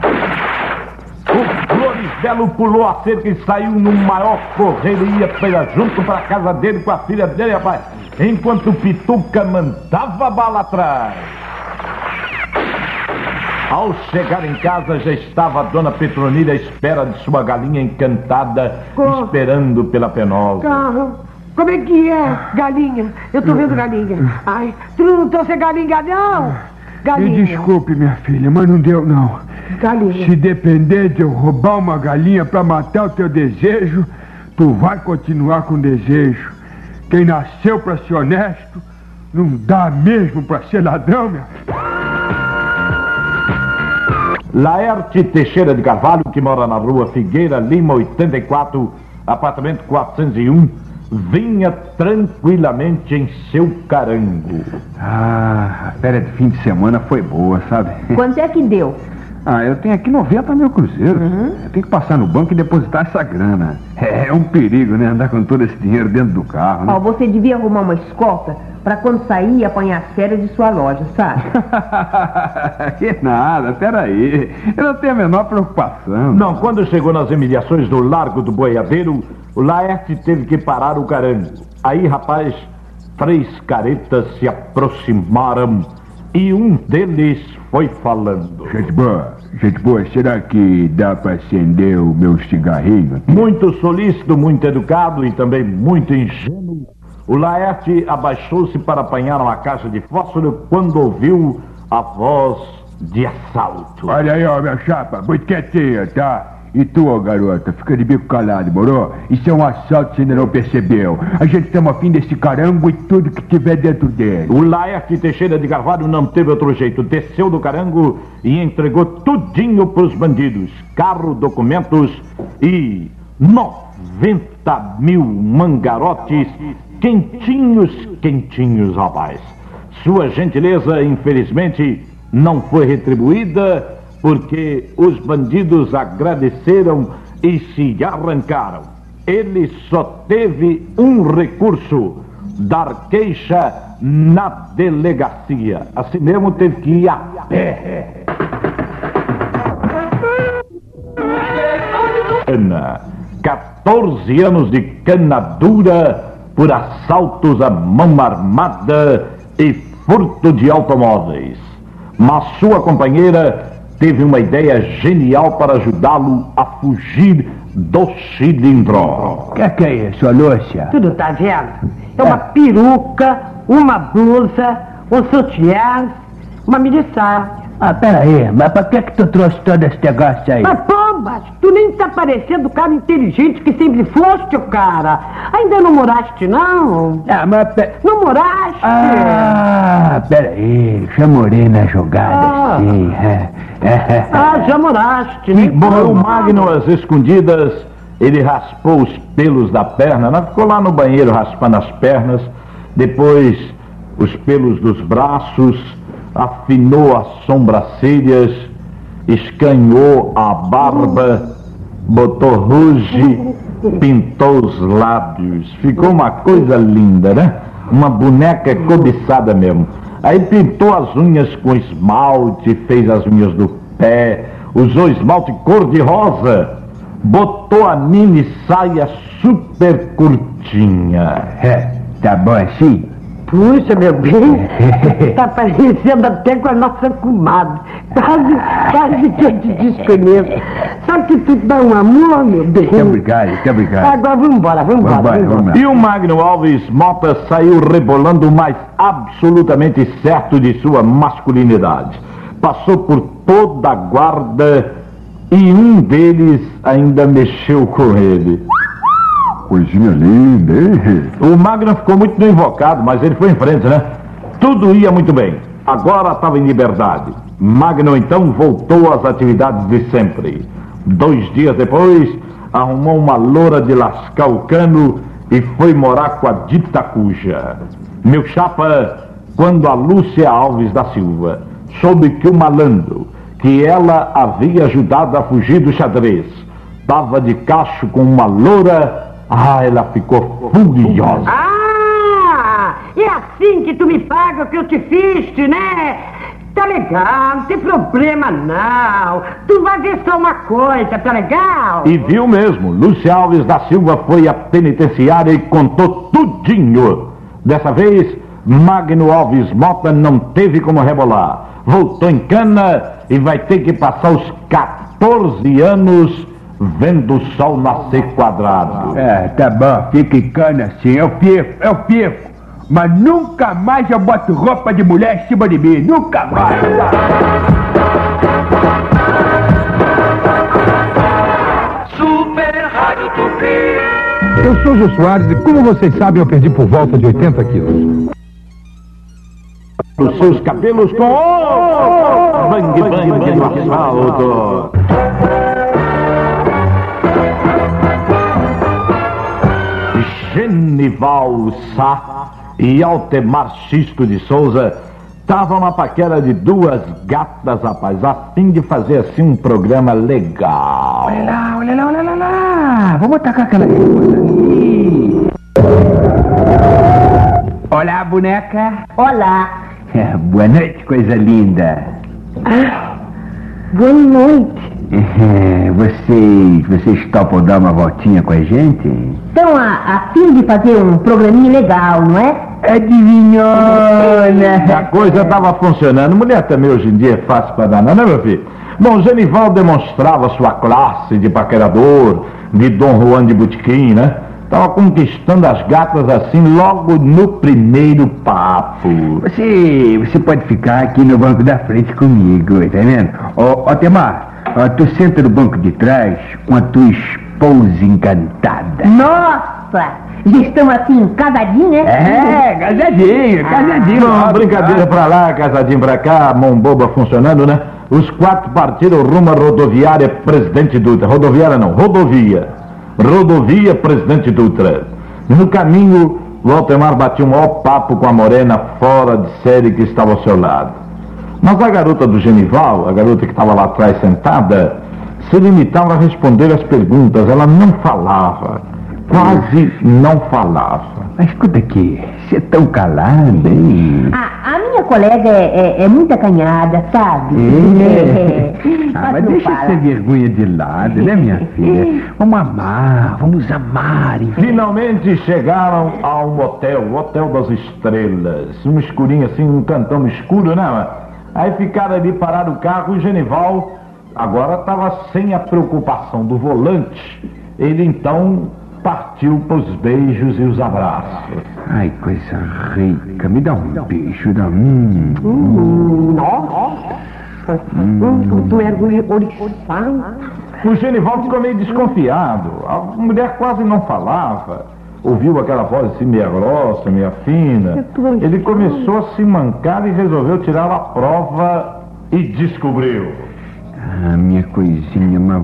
O Florisbelo pulou a cerca e saiu no maior correio e ia junto para a casa dele com a filha dele, rapaz. Enquanto o Pituca mandava a bala atrás. Ao chegar em casa, já estava a dona Petronila à espera de sua galinha encantada, esperando pela penosa. Como é que é, galinha? Eu tô vendo galinha. Ai, tu não trouxe galinha, não? Galinha. Me desculpe, minha filha, mas não deu, não. Galinha. Se depender de eu roubar uma galinha pra matar o teu desejo, tu vai continuar com desejo. Quem nasceu pra ser honesto, não dá mesmo pra ser ladrão, minha filha. Laerte Teixeira de Carvalho, que mora na rua Figueira Lima, 84, apartamento 401, vinha tranquilamente em seu carango. A férias de fim de semana foi boa, sabe? Quanto é que deu? Eu tenho aqui 90 mil cruzeiros. Eu tenho que passar no banco e depositar essa grana. É um perigo, né? Andar com todo esse dinheiro dentro do carro, né? Você devia arrumar uma escolta pra quando sair apanhar as férias de sua loja, sabe? Que nada, peraí. Eu não tenho a menor preocupação. Não, quando chegou nas imediações do Largo do Boiadeiro, o Laerte teve que parar o carango. Aí, rapaz, 3 caretas se aproximaram e um deles foi falando. Gente boa, será que dá pra acender o meu cigarrinho? Muito solícito, muito educado e também muito ingênuo, o Laerte abaixou-se para apanhar uma caixa de fósforo quando ouviu a voz de assalto. Olha aí, ó, minha chapa, muito quietinha, tá? E tu, ó, garota, fica de bico calado, moro? Isso é um assalto, você ainda não percebeu. A gente estamos afim desse carango e tudo que tiver dentro dele. O Laerte Teixeira de Carvalho não teve outro jeito. Desceu do carango e entregou tudinho pros bandidos. Carro, documentos e 90 mil mangarotes quentinhos, rapaz. Sua gentileza, infelizmente, não foi retribuída, porque os bandidos agradeceram e se arrancaram. Ele só teve um recurso: dar queixa na delegacia. Assim mesmo teve que ir a pé. 14 anos de cana dura por assaltos à mão armada e furto de automóveis. Mas sua companheira teve uma ideia genial para ajudá-lo a fugir do cilindro. Que é isso, Lúcia? Tu não tá vendo? É uma peruca, uma blusa, um sutiã, uma minissaia. Peraí, mas pra que tu trouxe todo esse negócio aí? Mas, pombas, tu nem tá parecendo o cara inteligente que sempre foste, o cara. Ainda não moraste, não? Não moraste? Peraí, já morei na jogada, sim. Já moraste, né? Morreu o Magno às escondidas, ele raspou os pelos da perna, ficou lá no banheiro raspando as pernas, depois os pelos dos braços, afinou as sobrancelhas, escanhou a barba, botou rouge, pintou os lábios. Ficou uma coisa linda, né? Uma boneca cobiçada mesmo. Aí pintou as unhas com esmalte, fez as unhas do pé, usou esmalte cor-de-rosa, botou a mini saia super curtinha. Tá bom assim? Puxa, meu bem, tá parecendo até com a nossa comadre. Quase que eu te desconheço. Só que tu dá um amor, meu bem. Muito obrigado. Agora vamos embora. E o Magno Alves Mota saiu rebolando, mas absolutamente certo de sua masculinidade. Passou por toda a guarda e um deles ainda mexeu com ele. Coisinha linda, hein? O Magno ficou muito invocado, mas ele foi em frente, né? Tudo ia muito bem. Agora estava em liberdade. Magno, então, voltou às atividades de sempre. 2 dias depois, arrumou uma loura de lascar o cano e foi morar com a dita cuja. Meu chapa, quando a Lúcia Alves da Silva soube que o malandro, que ela havia ajudado a fugir do xadrez, estava de cacho com uma loura, ela ficou furiosa. É assim que tu me paga o que eu te fiz, né? Tá legal, não tem problema não. Tu vai ver só uma coisa, tá legal? E viu mesmo, Lúcia Alves da Silva foi à penitenciária e contou tudinho. Dessa vez, Magno Alves Mota não teve como rebolar. Voltou em cana e vai ter que passar os 14 anos vendo o sol nascer quadrado. Tá bom, fica em cana assim, eu fico. Mas nunca mais eu boto roupa de mulher em cima de mim, nunca mais. Super Rádio Tupi. Eu sou Jô Soares e, como vocês sabem, eu perdi por volta de 80 quilos. Os seus cabelos com bang bang no asfalto. Genival Sá e Altemar Xisto de Souza estavam na paquera de 2 gatas, rapaz, a fim de fazer assim um programa legal. Olha lá. Vamos tacar aquela coisa ali. Olá, boneca. Olá. Boa noite, coisa linda. Boa noite. Vocês topam dar uma voltinha com a gente? Então, a fim de fazer um programinha legal, não é? Adivinhona! A coisa estava funcionando. Mulher também hoje em dia é fácil para danar, né, meu filho? Bom, Genival demonstrava sua classe de paquerador, de Dom Juan de Botequim, né? Estava conquistando as gatas assim logo no primeiro papo. Você pode ficar aqui no banco da frente comigo, tá vendo? Ó, Temar, tu senta no banco de trás com a tua esposa encantada. Nossa! Já estamos assim, casadinhos, né? Casadinho. Não, brincadeira pra lá, casadinho pra cá, mão boba funcionando, né? Os 4 partiram rumo à rodoviária Presidente Dutra. Rodoviária não, rodovia Presidente Dutra. No caminho, o Altemar batia um maior papo com a morena fora de série que estava ao seu lado. Mas a garota do Genival, a garota que estava lá atrás sentada, se limitava a responder as perguntas. Ela não falava, quase não falava. Mas escuta aqui, você é tão calada, hein? A minha colega é muito acanhada, sabe? Mas deixa essa vergonha de lado, né, minha filha? Vamos amar. Finalmente chegaram a um hotel, o Hotel das Estrelas. Um escurinho assim, um cantão escuro, né? Aí ficaram ali, pararam o carro e o Genival agora estava sem a preocupação do volante. Ele então partiu para os beijos e os abraços. Ai, coisa rica, me dá um beijo, dá Nossa, tu é oriçado. O Genival ficou meio desconfiado. A mulher quase não falava. Ouviu aquela voz assim meia grossa, meia fina. Ele começou a se mancar e resolveu tirar a prova e descobriu. Minha coisinha, mas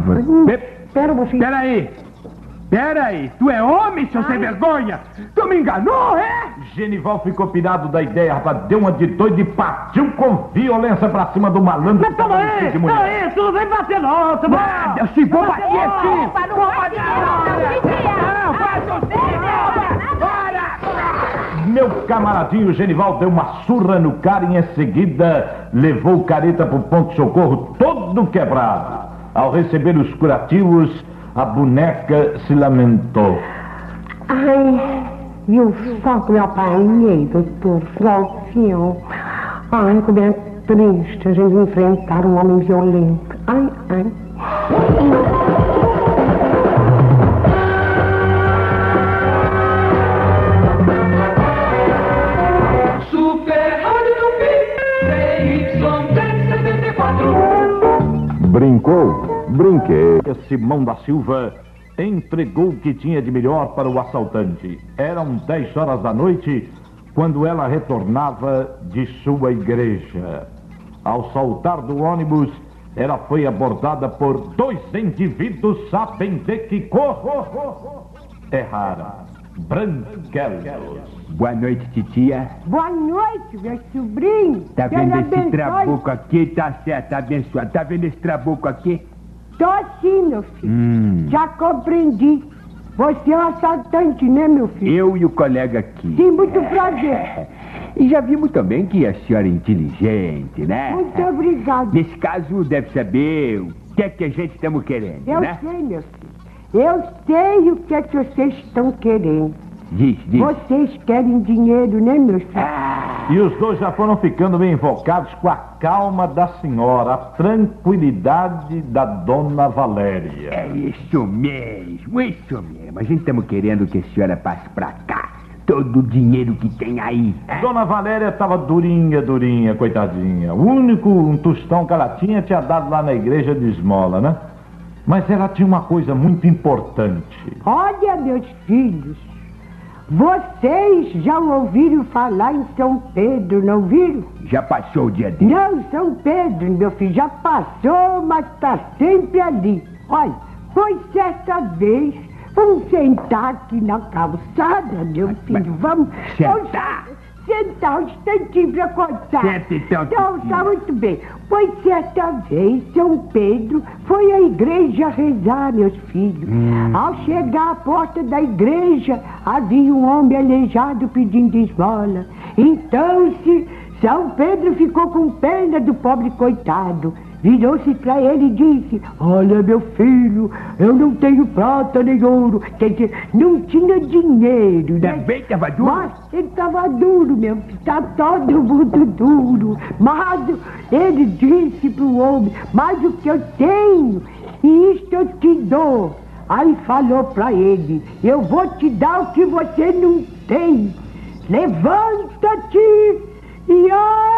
Peraí, tu é homem, seu sem vergonha? Tu me enganou, é? Genival ficou pirado da ideia, rapaz, deu uma de doido e partiu com violência pra cima do malandro. Mas toma aí, tu não vem bater não, eu vou bater aqui. Meu camaradinho Genival deu uma surra no cara e em seguida levou o careta pro ponto-socorro todo quebrado. Ao receber os curativos, a boneca se lamentou. Ai, viu só que me apanhei, doutor Flávio? Ai, como é triste a gente enfrentar um homem violento. Ai. Super Rádio Tupi, CY1074. Brincou? Brinquei. Simão da Silva entregou o que tinha de melhor para o assaltante. Eram 10 horas da noite quando ela retornava de sua igreja. Ao saltar do ônibus, ela foi abordada por 2 indivíduos, sabem de que cor? É rara. Branquelos. Boa noite, titia. Boa noite, meu sobrinho. Tá vendo Deus esse abençoe. trabuco aqui? Tá certo, tá abençoado. Tá vendo esse trabuco aqui? Tô sim, meu filho. Já compreendi. Você é um assaltante, né, meu filho? Eu e o colega aqui. Sim, muito prazer. E já vimos também que a senhora é inteligente, né? Muito obrigado. Nesse caso, deve saber o que é que a gente estamos querendo, Eu né? sei, meu filho. Eu sei o que é que vocês estão querendo. Diz. Vocês querem dinheiro, né, meus filhos? E os dois já foram ficando bem invocados com a calma da senhora, a tranquilidade da dona Valéria. É isso mesmo, isso mesmo. A gente estamos querendo que a senhora passe pra cá todo o dinheiro que tem aí. Dona Valéria estava durinha, coitadinha. O único tostão que ela tinha dado lá na igreja de esmola, né? Mas ela tinha uma coisa muito importante. Olha, meus filhos, vocês já ouviram falar em São Pedro, não viram? Já passou o dia dele. Não, São Pedro, meu filho, já passou, mas está sempre ali. Olha, foi certa vez, vamos sentar aqui na calçada, meu filho, vamos... Sentar? Sentar um instantinho para contar. Senta então, Então, tá muito bem. Foi certa vez, São Pedro foi à igreja rezar, meus filhos. Ao chegar à porta da igreja, havia um homem aleijado pedindo esmola. Então, São Pedro ficou com pena do pobre coitado. Virou-se para ele e disse: olha, meu filho, eu não tenho prata nem ouro. Quer dizer, não tinha dinheiro, né? Também estava duro? Mas ele estava duro, meu filho. Está todo mundo duro. Mas ele disse para o homem: mas o que eu tenho, e isto eu te dou. Aí falou para ele: eu vou te dar o que você não tem. Levanta-te e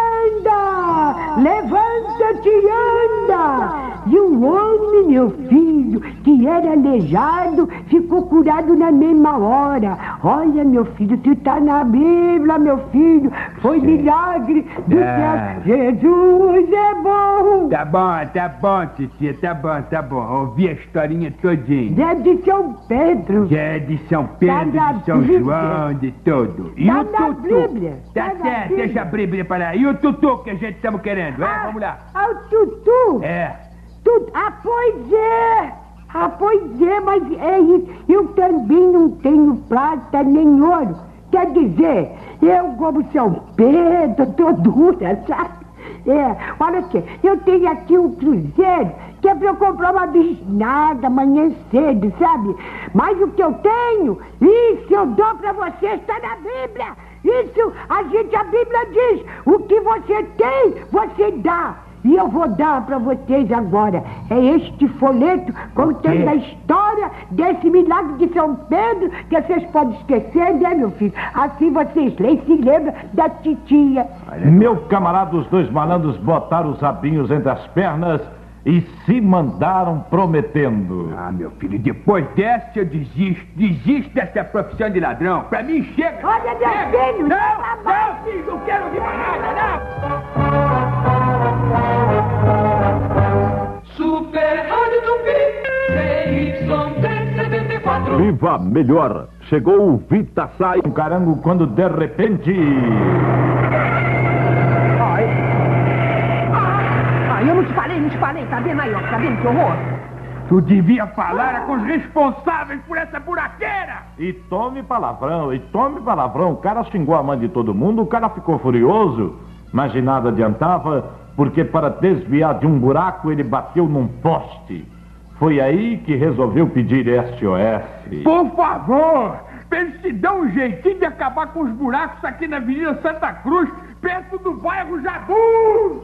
anda! Levanta-te e anda! E o homem, meu filho, que era aleijado, ficou curado na mesma hora. Olha, meu filho, tu tá na Bíblia, meu filho. Foi milagre do céu. Jesus é bom! Tá bom, titia, tá bom. Ouvi a historinha todinha. É de São Pedro. É de São Pedro, Tá na de São Bíblia. João, de tudo. E Tá o na tutu? Bíblia. Tá Tá na certo, Bíblia. deixa a Bíblia para aí. E o tutu que a gente estamos querendo, vamos lá. Ah, o tutu? É. Pois é, mas é isso. Eu também não tenho prata nem ouro. Quer dizer, eu como São Pedro, tô dura, sabe? Olha aqui, eu tenho aqui um cruzeiro que é pra eu comprar uma bisnaga amanhã cedo, sabe? Mas o que eu tenho, isso eu dou pra você, está na Bíblia. Isso, a Bíblia diz, o que você tem, você dá. E eu vou dar para vocês agora. É este folheto contando a história desse milagre de São Pedro, que vocês podem esquecer, né, meu filho? Assim vocês leem e se lembram da titia. Meu camarada, os dois malandros botaram os rabinhos entre as pernas e se mandaram prometendo. Ah, meu filho, depois dessa eu desisto dessa profissão de ladrão. Pra mim chega. Olha, meu filho, Não, filho, não quero ouvir mais nada, não. Super Rádio Tupi, ZYT74. Viva melhor! Chegou o Vitaçai. Um carango quando de repente... Eu não te falei, tá vendo aí, ó, tá vendo que horror? Tu devia falar com os responsáveis por essa buraqueira! E tome palavrão. O cara xingou a mãe de todo mundo, o cara ficou furioso, mas de nada adiantava, porque para desviar de um buraco ele bateu num poste. Foi aí que resolveu pedir SOS. Por favor, eles se dão um jeitinho de acabar com os buracos aqui na Avenida Santa Cruz, perto do bairro Jabu!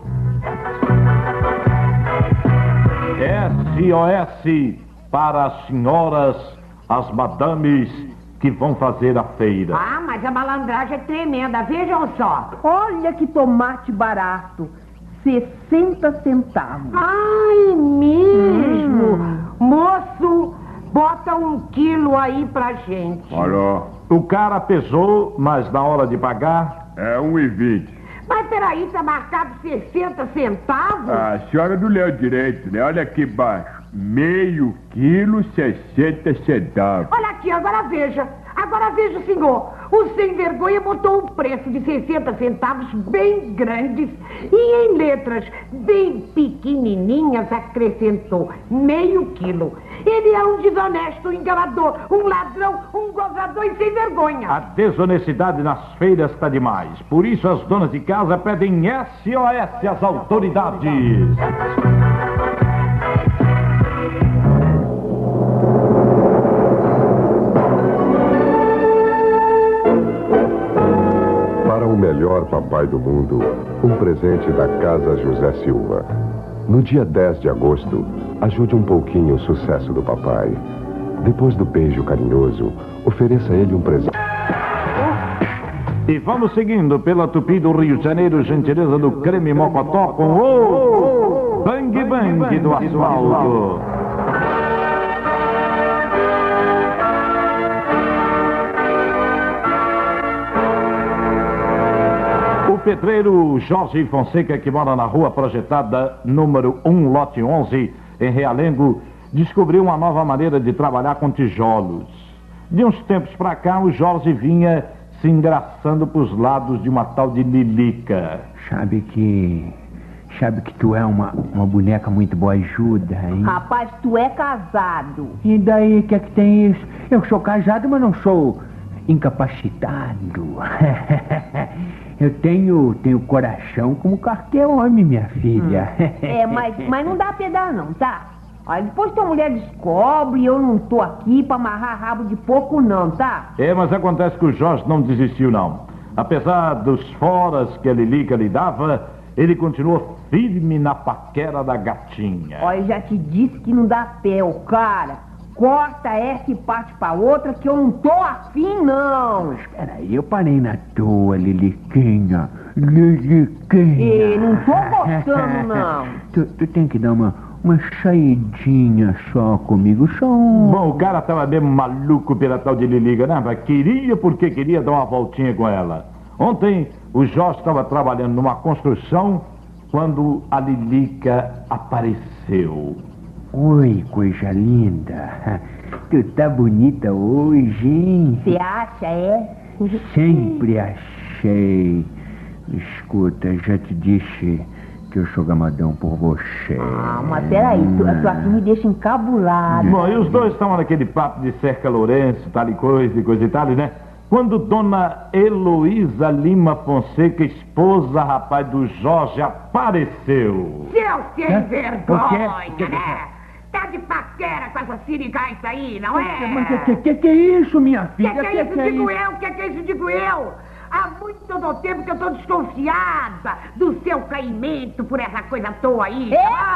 SOS para as senhoras, as madames que vão fazer a feira. Ah, mas a malandragem é tremenda, vejam só. Olha que tomate barato. 60 centavos. Ai, mesmo. Moço, bota 1 quilo aí pra gente. Olha, O cara pesou, mas na hora de pagar... é 1,20. Mas peraí, tá marcado 60 centavos? A senhora não leu direito, né? Olha aqui embaixo. Meio quilo, 60 centavos. Olha aqui, agora veja, senhor. O sem vergonha botou um preço de 60 centavos bem grandes e em letras bem pequenininhas acrescentou meio quilo. Ele é um desonesto, um enganador, um ladrão, um gozador e sem vergonha. A desonestidade nas feiras está demais. Por isso as donas de casa pedem SOS às autoridades. Para o melhor papai do mundo, um presente da Casa José Silva. No dia 10 de agosto, ajude um pouquinho o sucesso do papai. Depois do beijo carinhoso, ofereça a ele um presente. E vamos seguindo pela Tupi do Rio de Janeiro, gentileza do Creme Mocotó com o Bang Bang do Asfalto. O pedreiro Jorge Fonseca, que mora na rua projetada número 1, lote 11, em Realengo, descobriu uma nova maneira de trabalhar com tijolos. De uns tempos pra cá, o Jorge vinha se engraçando pros lados de uma tal de Lilica. Sabe que tu é uma boneca muito boa ajuda, hein? Rapaz, tu é casado. E daí, o que é que tem isso? Eu sou casado, mas não sou incapacitado. Eu tenho coração como qualquer homem, minha filha. Mas não dá pra dar não, tá? Olha, depois tua mulher descobre e eu não tô aqui pra amarrar rabo de porco não, tá? Mas acontece que o Jorge não desistiu, não. Apesar dos foras que a Lilica lhe dava, ele continuou firme na paquera da gatinha. Olha, já te disse que não dá pé, ô cara. Corta essa e parte pra outra que eu não tô afim, não. Espera aí, eu parei na tua, Liliquinha. Liliquinha. Não tô gostando, não. Tu tem que dar uma saidinha só comigo, só um... Bom, o cara tava mesmo maluco pela tal de Lilica, né? Mas queria porque queria dar uma voltinha com ela. Ontem, o Jorge estava trabalhando numa construção quando a Lilica apareceu. Oi, coisa linda. Tu tá bonita hoje, hein? Você acha, é? Sempre achei. Escuta, já te disse que eu sou gamadão por você. Mas peraí, tu aqui me deixa encabulado. Bom, e os dois estão naquele papo de Cerca Lourenço, tal e coisa e tal, né? Quando dona Heloísa Lima Fonseca, esposa, rapaz, do Jorge, apareceu. Seu sem vergonha, né? Tá de paquera com essa sirigaita aí, não é? Mas que é isso, minha filha? Que é isso, digo eu? Que é isso, digo eu? Há muito tempo que eu tô desconfiada do seu caimento por essa coisa à toa aí.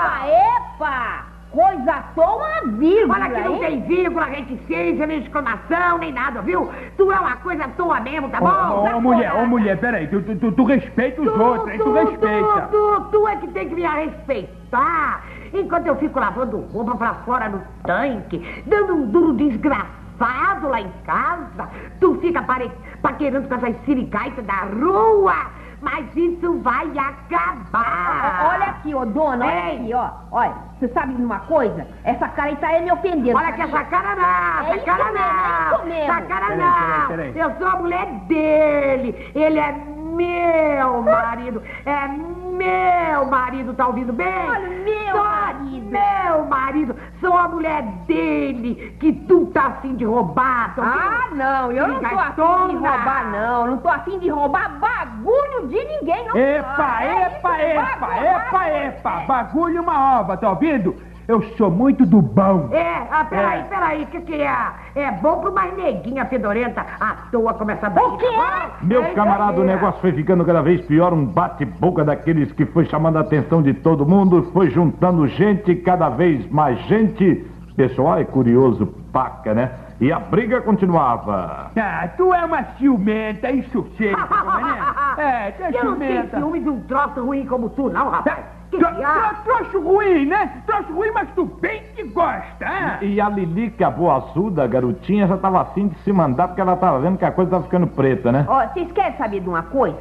Epa! Coisa à toa, uma vírgula. Olha que não tem vírgula, reticência, nem exclamação, nem nada, viu? Tu é uma coisa à toa mesmo, tá bom? Ô mulher, peraí, tu respeita os outros, hein? Tu respeita. Tu é que tem que me respeitar. Enquanto eu fico lavando roupa pra fora no tanque, dando um duro desgraçado lá em casa, tu fica paquerando com essas siricaitas da rua. Mas isso vai acabar. Olha aqui, ô dona, olha aqui, ó. Olha, você sabe de uma coisa? Essa cara aí tá aí me ofendendo. Olha que essa cara não, essa cara não. Essa cara não. Peraí. Eu sou a mulher dele. Ele é meu marido. É meu marido, tá ouvindo bem? Olha, meu marido. Meu marido. Sou a mulher dele que tu tá afim de roubar. Não, eu não tô afim de roubar, não. Não tô afim de roubar bagulho de ninguém, não. Epa! Bagulho uma ova, tá ouvindo? Eu sou muito do bom. Peraí, que é? É bom pra uma neguinha fedorenta à toa como essa daí. O quê? Meu camarada, o negócio foi ficando cada vez pior, um bate-boca daqueles que foi chamando a atenção de todo mundo, foi juntando gente, cada vez mais gente. Pessoal é curioso, paca, né? E a briga continuava. Tu é uma ciumenta, isso chega, né? Tu é Eu não tenho ciumenta. ciúme de um troço ruim como tu, não, rapaz. Troço ruim, né? Troço ruim, mas tu bem que gosta, hein? E a Lilica, a boaçuda, a garotinha, já tava afim de se mandar porque ela tava vendo que a coisa tava ficando preta, né? Ó, vocês querem saber de uma coisa?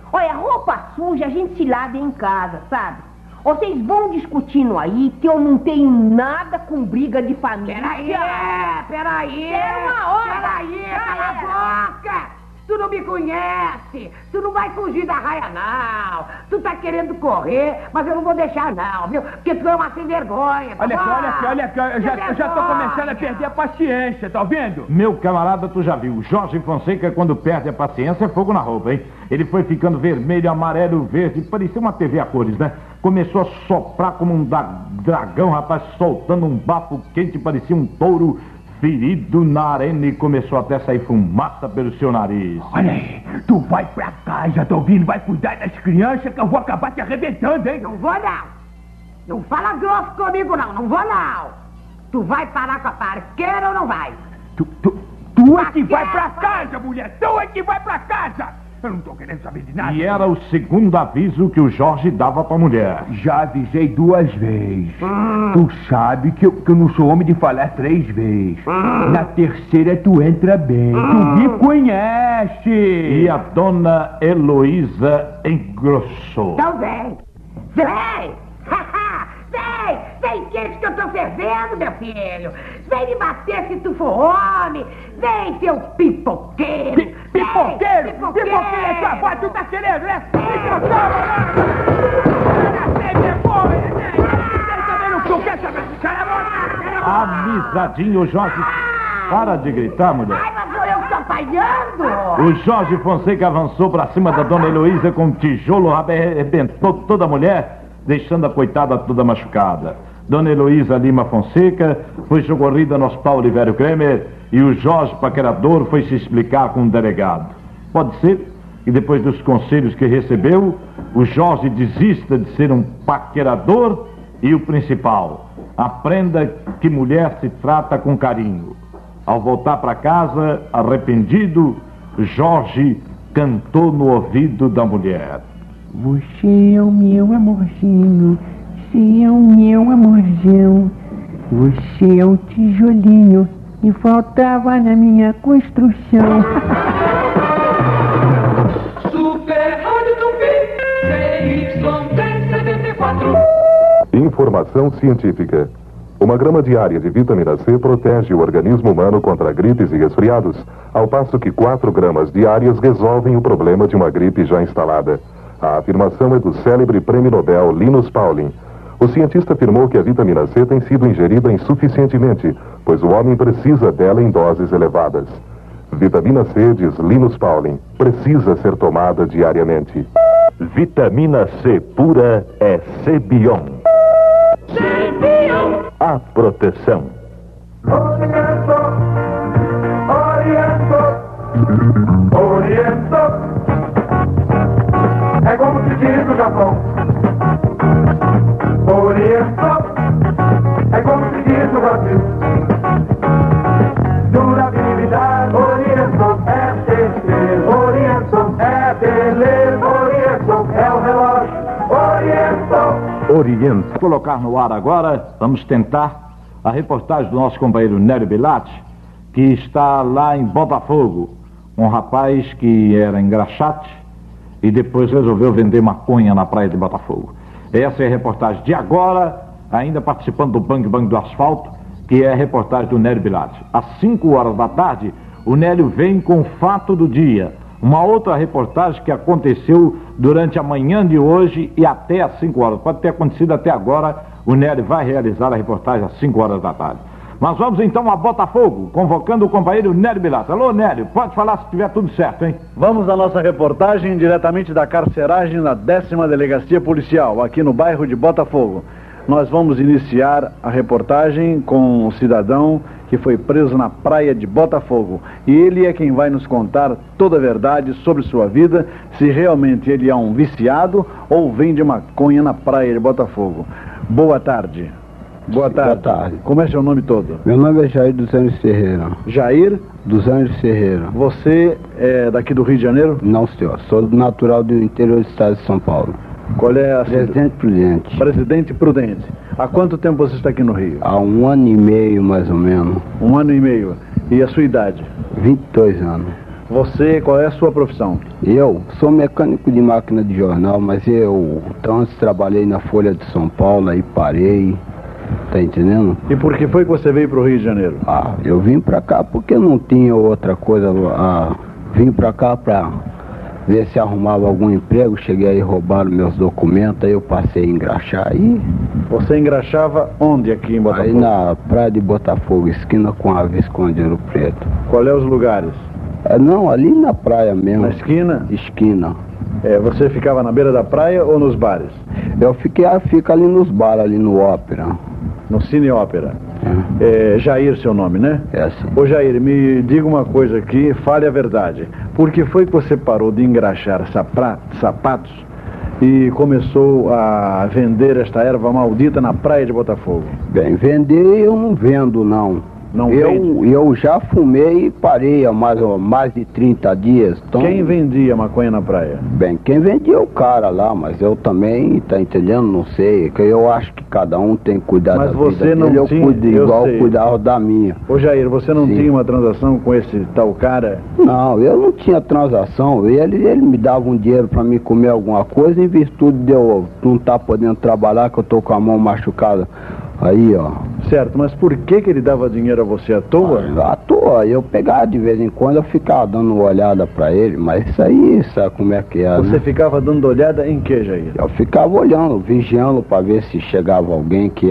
Olha, roupa suja a gente se lava em casa, sabe? Vocês vão discutindo aí que eu não tenho nada com briga de família. Peraí! É uma hora! Peraí, cala a boca! Tu não me conhece, tu não vai fugir da raia, não. Tu tá querendo correr, mas eu não vou deixar, não, viu? Porque tu é uma sem vergonha, tá bom? Olha aqui, eu já tô começando a perder a paciência, tá vendo? Meu camarada, tu já viu, o Jorge Fonseca, quando perde a paciência, é fogo na roupa, hein? Ele foi ficando vermelho, amarelo, verde, parecia uma TV a cores, né? Começou a soprar como um dragão, rapaz, soltando um bafo quente, parecia um touro ferido na arena e começou até a sair fumaça pelo seu nariz. Olha aí, tu vai pra casa, tá ouvindo? Vai cuidar das crianças que eu vou acabar te arrebentando, hein? Não vou, não. Não fala grosso comigo, não vou, não. Tu vai parar com a parqueira ou não vai? Tu é que vai pra casa, mulher! Tu é que vai pra casa! Eu não tô querendo saber de nada. E era o segundo aviso que o Jorge dava pra mulher. Já avisei 2 vezes. Tu sabe que eu não sou homem de falar 3 vezes. Na terceira tu entra bem. Tu me conhece. E a dona Heloísa engrossou. Então vem. Vem! Vem quente que eu tô fervendo, meu filho. Vem me bater se tu for homem. Vem, seu pipoqueiro. Pipoqueiro? Pipoqueiro, rapaz, tu tá querendo, né? Avisadinho, Jorge. Para de gritar, mulher. Ai, mas sou eu que tô apanhando. O Jorge Fonseca avançou pra cima da dona Heloísa com um tijolo, arrebentou toda a mulher, deixando a coitada toda machucada. Dona Heloísa Lima Fonseca foi socorrida no hospital Olivério Kremer e o Jorge paquerador foi se explicar com o delegado. Pode ser que depois dos conselhos que recebeu, o Jorge desista de ser um paquerador e o principal, aprenda que mulher se trata com carinho. Ao voltar para casa, arrependido, Jorge cantou no ouvido da mulher. Você é o meu amorzinho, você é o meu amorzinho, você é o tijolinho que faltava na minha construção. Super Rádio Tupi, CY1074. Informação científica. Uma grama diária de vitamina C protege o organismo humano contra gripes e resfriados, ao passo que 4 gramas diárias resolvem o problema de uma gripe já instalada. A afirmação é do célebre prêmio Nobel Linus Pauling. O cientista afirmou que a vitamina C tem sido ingerida insuficientemente, pois o homem precisa dela em doses elevadas. Vitamina C, diz Linus Pauling, precisa ser tomada diariamente. Vitamina C pura é Cebion. A proteção. Oriento. É como se diz no Japão. Oriento. É como se diz no Brasil. Durabilidade. Oriento é certeza. Oriento é beleza. Oriento é o relógio. Oriento. Oriente. Vou colocar no ar agora, vamos tentar a reportagem do nosso companheiro Nélio Bilatti, que está lá em Botafogo, um rapaz que era engraxate e depois resolveu vender maconha na praia de Botafogo. Essa é a reportagem de agora, ainda participando do Bang Bang do Asfalto, que é a reportagem do Nélio Bilatti. Às 5 horas da tarde, o Nélio vem com o fato do dia. Uma outra reportagem que aconteceu durante a manhã de hoje e até às 5 horas. Pode ter acontecido até agora, o Nélio vai realizar a reportagem às 5 horas da tarde. Mas vamos então a Botafogo, convocando o companheiro Nélio Bilatti. Alô, Nélio, pode falar se estiver tudo certo, hein? Vamos à nossa reportagem diretamente da carceragem na 10ª Delegacia Policial, aqui no bairro de Botafogo. Nós vamos iniciar a reportagem com um cidadão que foi preso na praia de Botafogo. E ele é quem vai nos contar toda a verdade sobre sua vida, se realmente ele é um viciado ou vende maconha na praia de Botafogo. Boa tarde. Boa tarde. Boa tarde. Como é seu nome todo? Meu nome é Jair dos Anjos Ferreira. Jair? Dos Anjos Ferreira. Você é daqui do Rio de Janeiro? Não, senhor. Sou natural do interior do estado de São Paulo. Qual é a... Presidente Prudente. Presidente Prudente. Há quanto tempo você está aqui no Rio? Há 1 ano e meio, mais ou menos. 1 ano e meio. E a sua idade? 22 anos. Você, qual é a sua profissão? Eu sou mecânico de máquina de jornal, mas eu antes trabalhei na Folha de São Paulo, aí parei, tá entendendo? E por que foi que você veio pro Rio de Janeiro? Eu vim pra cá porque não tinha outra coisa, vim pra cá pra ver se arrumava algum emprego, cheguei aí, roubaram meus documentos, aí eu passei a engraxar aí. Você engraxava onde aqui em Botafogo? Aí na praia de Botafogo, esquina com a Visconde Ouro Preto. Qual é os lugares? Não, ali na praia mesmo. Na esquina? Esquina. Você ficava na beira da praia ou nos bares? Eu fico ali nos bares, ali no Ópera. No Cine Ópera? Jair, seu nome, né? É assim. Ô Jair, me diga uma coisa aqui, fale a verdade. Por que foi que você parou de engraxar sapatos e começou a vender esta erva maldita na praia de Botafogo? Bem, vender eu não vendo, não. Eu já fumei e parei há mais de 30 dias. Então... Quem vendia maconha na praia? Bem, quem vendia é o cara lá, mas eu também, tá entendendo? Não sei, que eu acho que cada um tem que cuidar da vida dele. Eu cuido igual eu cuidava da minha. Ô Jair, você não tinha uma transação com esse tal cara? Não, eu não tinha transação. Ele me dava um dinheiro pra mim comer alguma coisa, em virtude de eu não estar podendo trabalhar, que eu tô com a mão machucada. Aí, ó. Certo, mas por que ele dava dinheiro a você à toa? À toa, eu pegava de vez em quando, eu ficava dando uma olhada pra ele, mas isso aí, sabe como é que é, Você ficava dando olhada em que, Jair? Eu ficava olhando, vigiando pra ver se chegava alguém que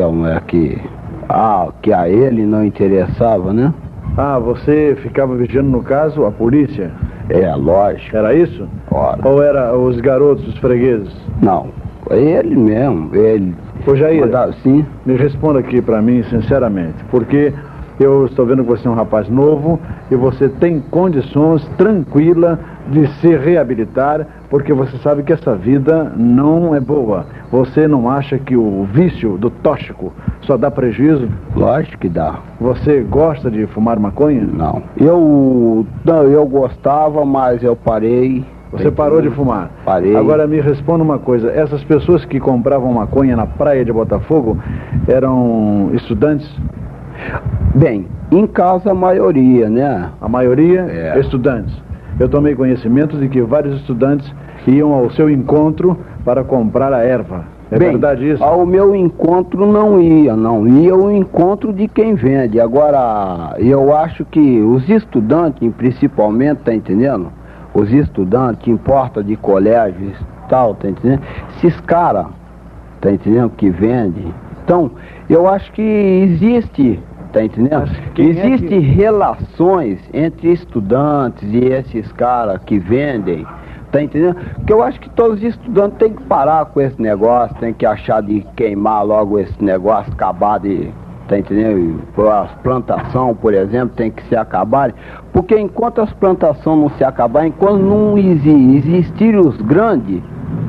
a ele não interessava, né? Você ficava vigiando, no caso, a polícia? Lógico. Era isso? Ora. Ou era os garotos, os fregueses? Não, ele mesmo, ele... Ô Jair, sim? Me responda aqui pra mim, sinceramente, porque eu estou vendo que você é um rapaz novo e você tem condições tranquila de se reabilitar, porque você sabe que essa vida não é boa. Você não acha que o vício do tóxico só dá prejuízo? Lógico que dá. Você gosta de fumar maconha? Não. Eu gostava, mas eu parei. Você parou de fumar? Parei. Agora me responda uma coisa, essas pessoas que compravam maconha na praia de Botafogo eram estudantes? Bem, em casa a maioria, né? A maioria? Estudantes. Eu tomei conhecimento de que vários estudantes iam ao seu encontro para comprar a erva. É verdade isso? Ao meu encontro não ia o encontro de quem vende. Agora, eu acho que os estudantes, principalmente, tá entendendo? Os estudantes que importam de colégios e tal, tá entendendo? Esses caras, tá entendendo? Que vendem. Então, eu acho que existe, tá entendendo? Existem relações entre estudantes e esses caras que vendem, tá entendendo? Porque eu acho que todos os estudantes têm que parar com esse negócio, tem que achar de queimar logo esse negócio, acabar de... Tá entendendo? As plantações, por exemplo, tem que se acabarem, porque enquanto as plantações não se acabarem, enquanto não existirem os grandes,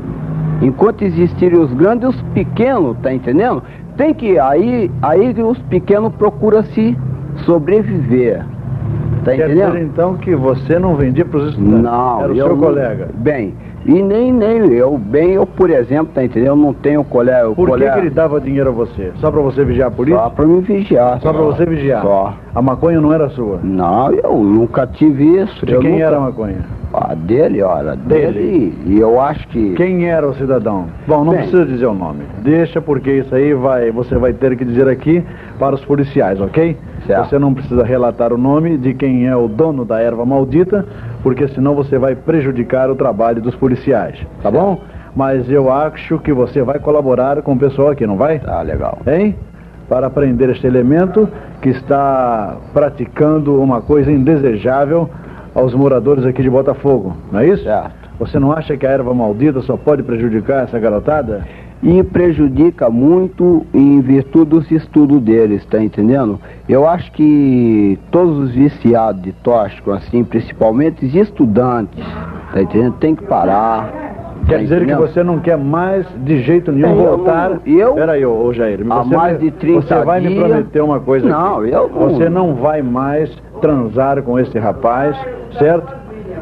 os pequenos, tá entendendo? Tem que, aí os pequenos procuram se sobreviver, tá entendendo? Quer dizer então que você não vendia para os estudantes? Não. Era o seu colega? Bem, e nem eu, por exemplo, tá entendendo? Eu não tenho colega. Por que ele dava dinheiro a você? Só pra você vigiar a polícia? Só pra me vigiar. Só pra você vigiar? Só. A maconha não era sua? Não, eu nunca tive isso. De quem era a maconha? Dele, olha, dele. E eu acho que... Quem era o cidadão? Bom, não precisa dizer o nome. Deixa, porque isso aí você vai ter que dizer aqui para os policiais, ok? Certo. Você não precisa relatar o nome de quem é o dono da erva maldita, porque senão você vai prejudicar o trabalho dos policiais, tá bom? Mas eu acho que você vai colaborar com o pessoal aqui, não vai? Tá, legal. Hein? Para prender este elemento que está praticando uma coisa indesejável aos moradores aqui de Botafogo, não é isso? Certo. Você não acha que a erva maldita só pode prejudicar essa garotada? E prejudica muito em virtude dos estudos deles, tá entendendo? Eu acho que todos os viciados de tóxico, assim, principalmente os estudantes, tá entendendo? Tem que parar. Quer dizer que você não quer mais de jeito nenhum voltar... Peraí, ô Jair, há mais de 30 você vai me prometer uma coisa não, aqui. Eu não... Você não vai mais transar com esse rapaz, certo?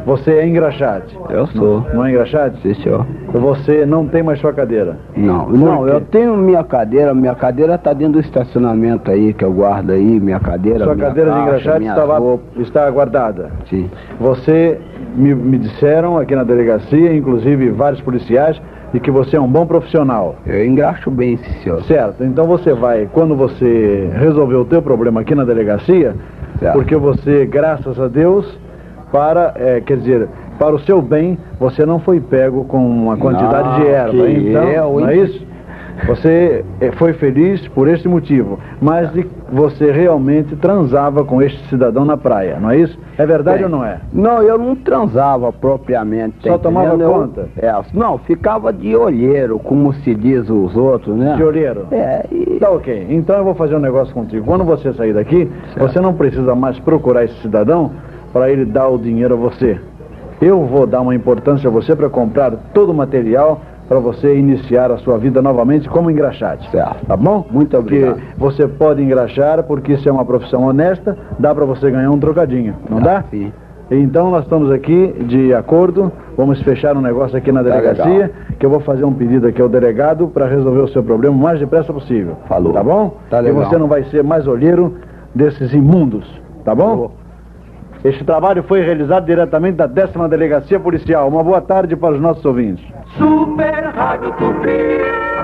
Você é engraxate? Eu sou. Não é engraxate? Sim, senhor. Você não tem mais sua cadeira? Não, eu tenho minha cadeira está dentro do estacionamento aí, que eu guardo aí, minha cadeira. Sua minha cadeira caixa, de engraxate está guardada? Sim. Você, me disseram aqui na delegacia, inclusive vários policiais, de que você é um bom profissional. Eu engraxo bem, sim, senhor. Certo, então você vai, quando você resolver o teu problema aqui na delegacia, porque você, graças a Deus, para o seu bem, você não foi pego com uma quantidade de erva, então, não é isso? Você foi feliz por esse motivo, mas você realmente transava com este cidadão na praia, não é isso? É verdade ou não é? Não, eu não transava propriamente. Só tomava conta? Não, ficava de olheiro, como se diz os outros, né? De olheiro? Tá ok, então eu vou fazer um negócio contigo. Quando você sair daqui, você não precisa mais procurar esse cidadão para ele dar o dinheiro a você. Eu vou dar uma importância a você para comprar todo o material para você iniciar a sua vida novamente como engraxate. Tá bom? Muito obrigado. Porque você pode engraxar, porque isso é uma profissão honesta, dá para você ganhar um trocadinho, não dá? Sim. Então nós estamos aqui de acordo, vamos fechar um negócio aqui na delegacia, que eu vou fazer um pedido aqui ao delegado para resolver o seu problema o mais depressa possível. Falou. Tá bom? Tá legal. E você não vai ser mais olheiro desses imundos, tá bom? Falou. Este trabalho foi realizado diretamente da 10ª Delegacia Policial. Uma boa tarde para os nossos ouvintes. Super Rádio Tupi.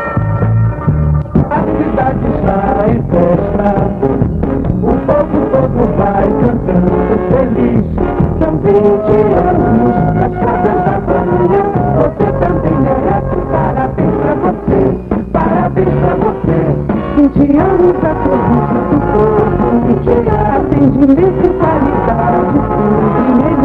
A cidade está em festa. O povo todo vai cantando feliz. São 20 anos nas casas da família. Você também merece. Parabéns pra você. Parabéns pra você. 20 anos a serviço do povo. 20 anos atendimento e qualidade. Tudo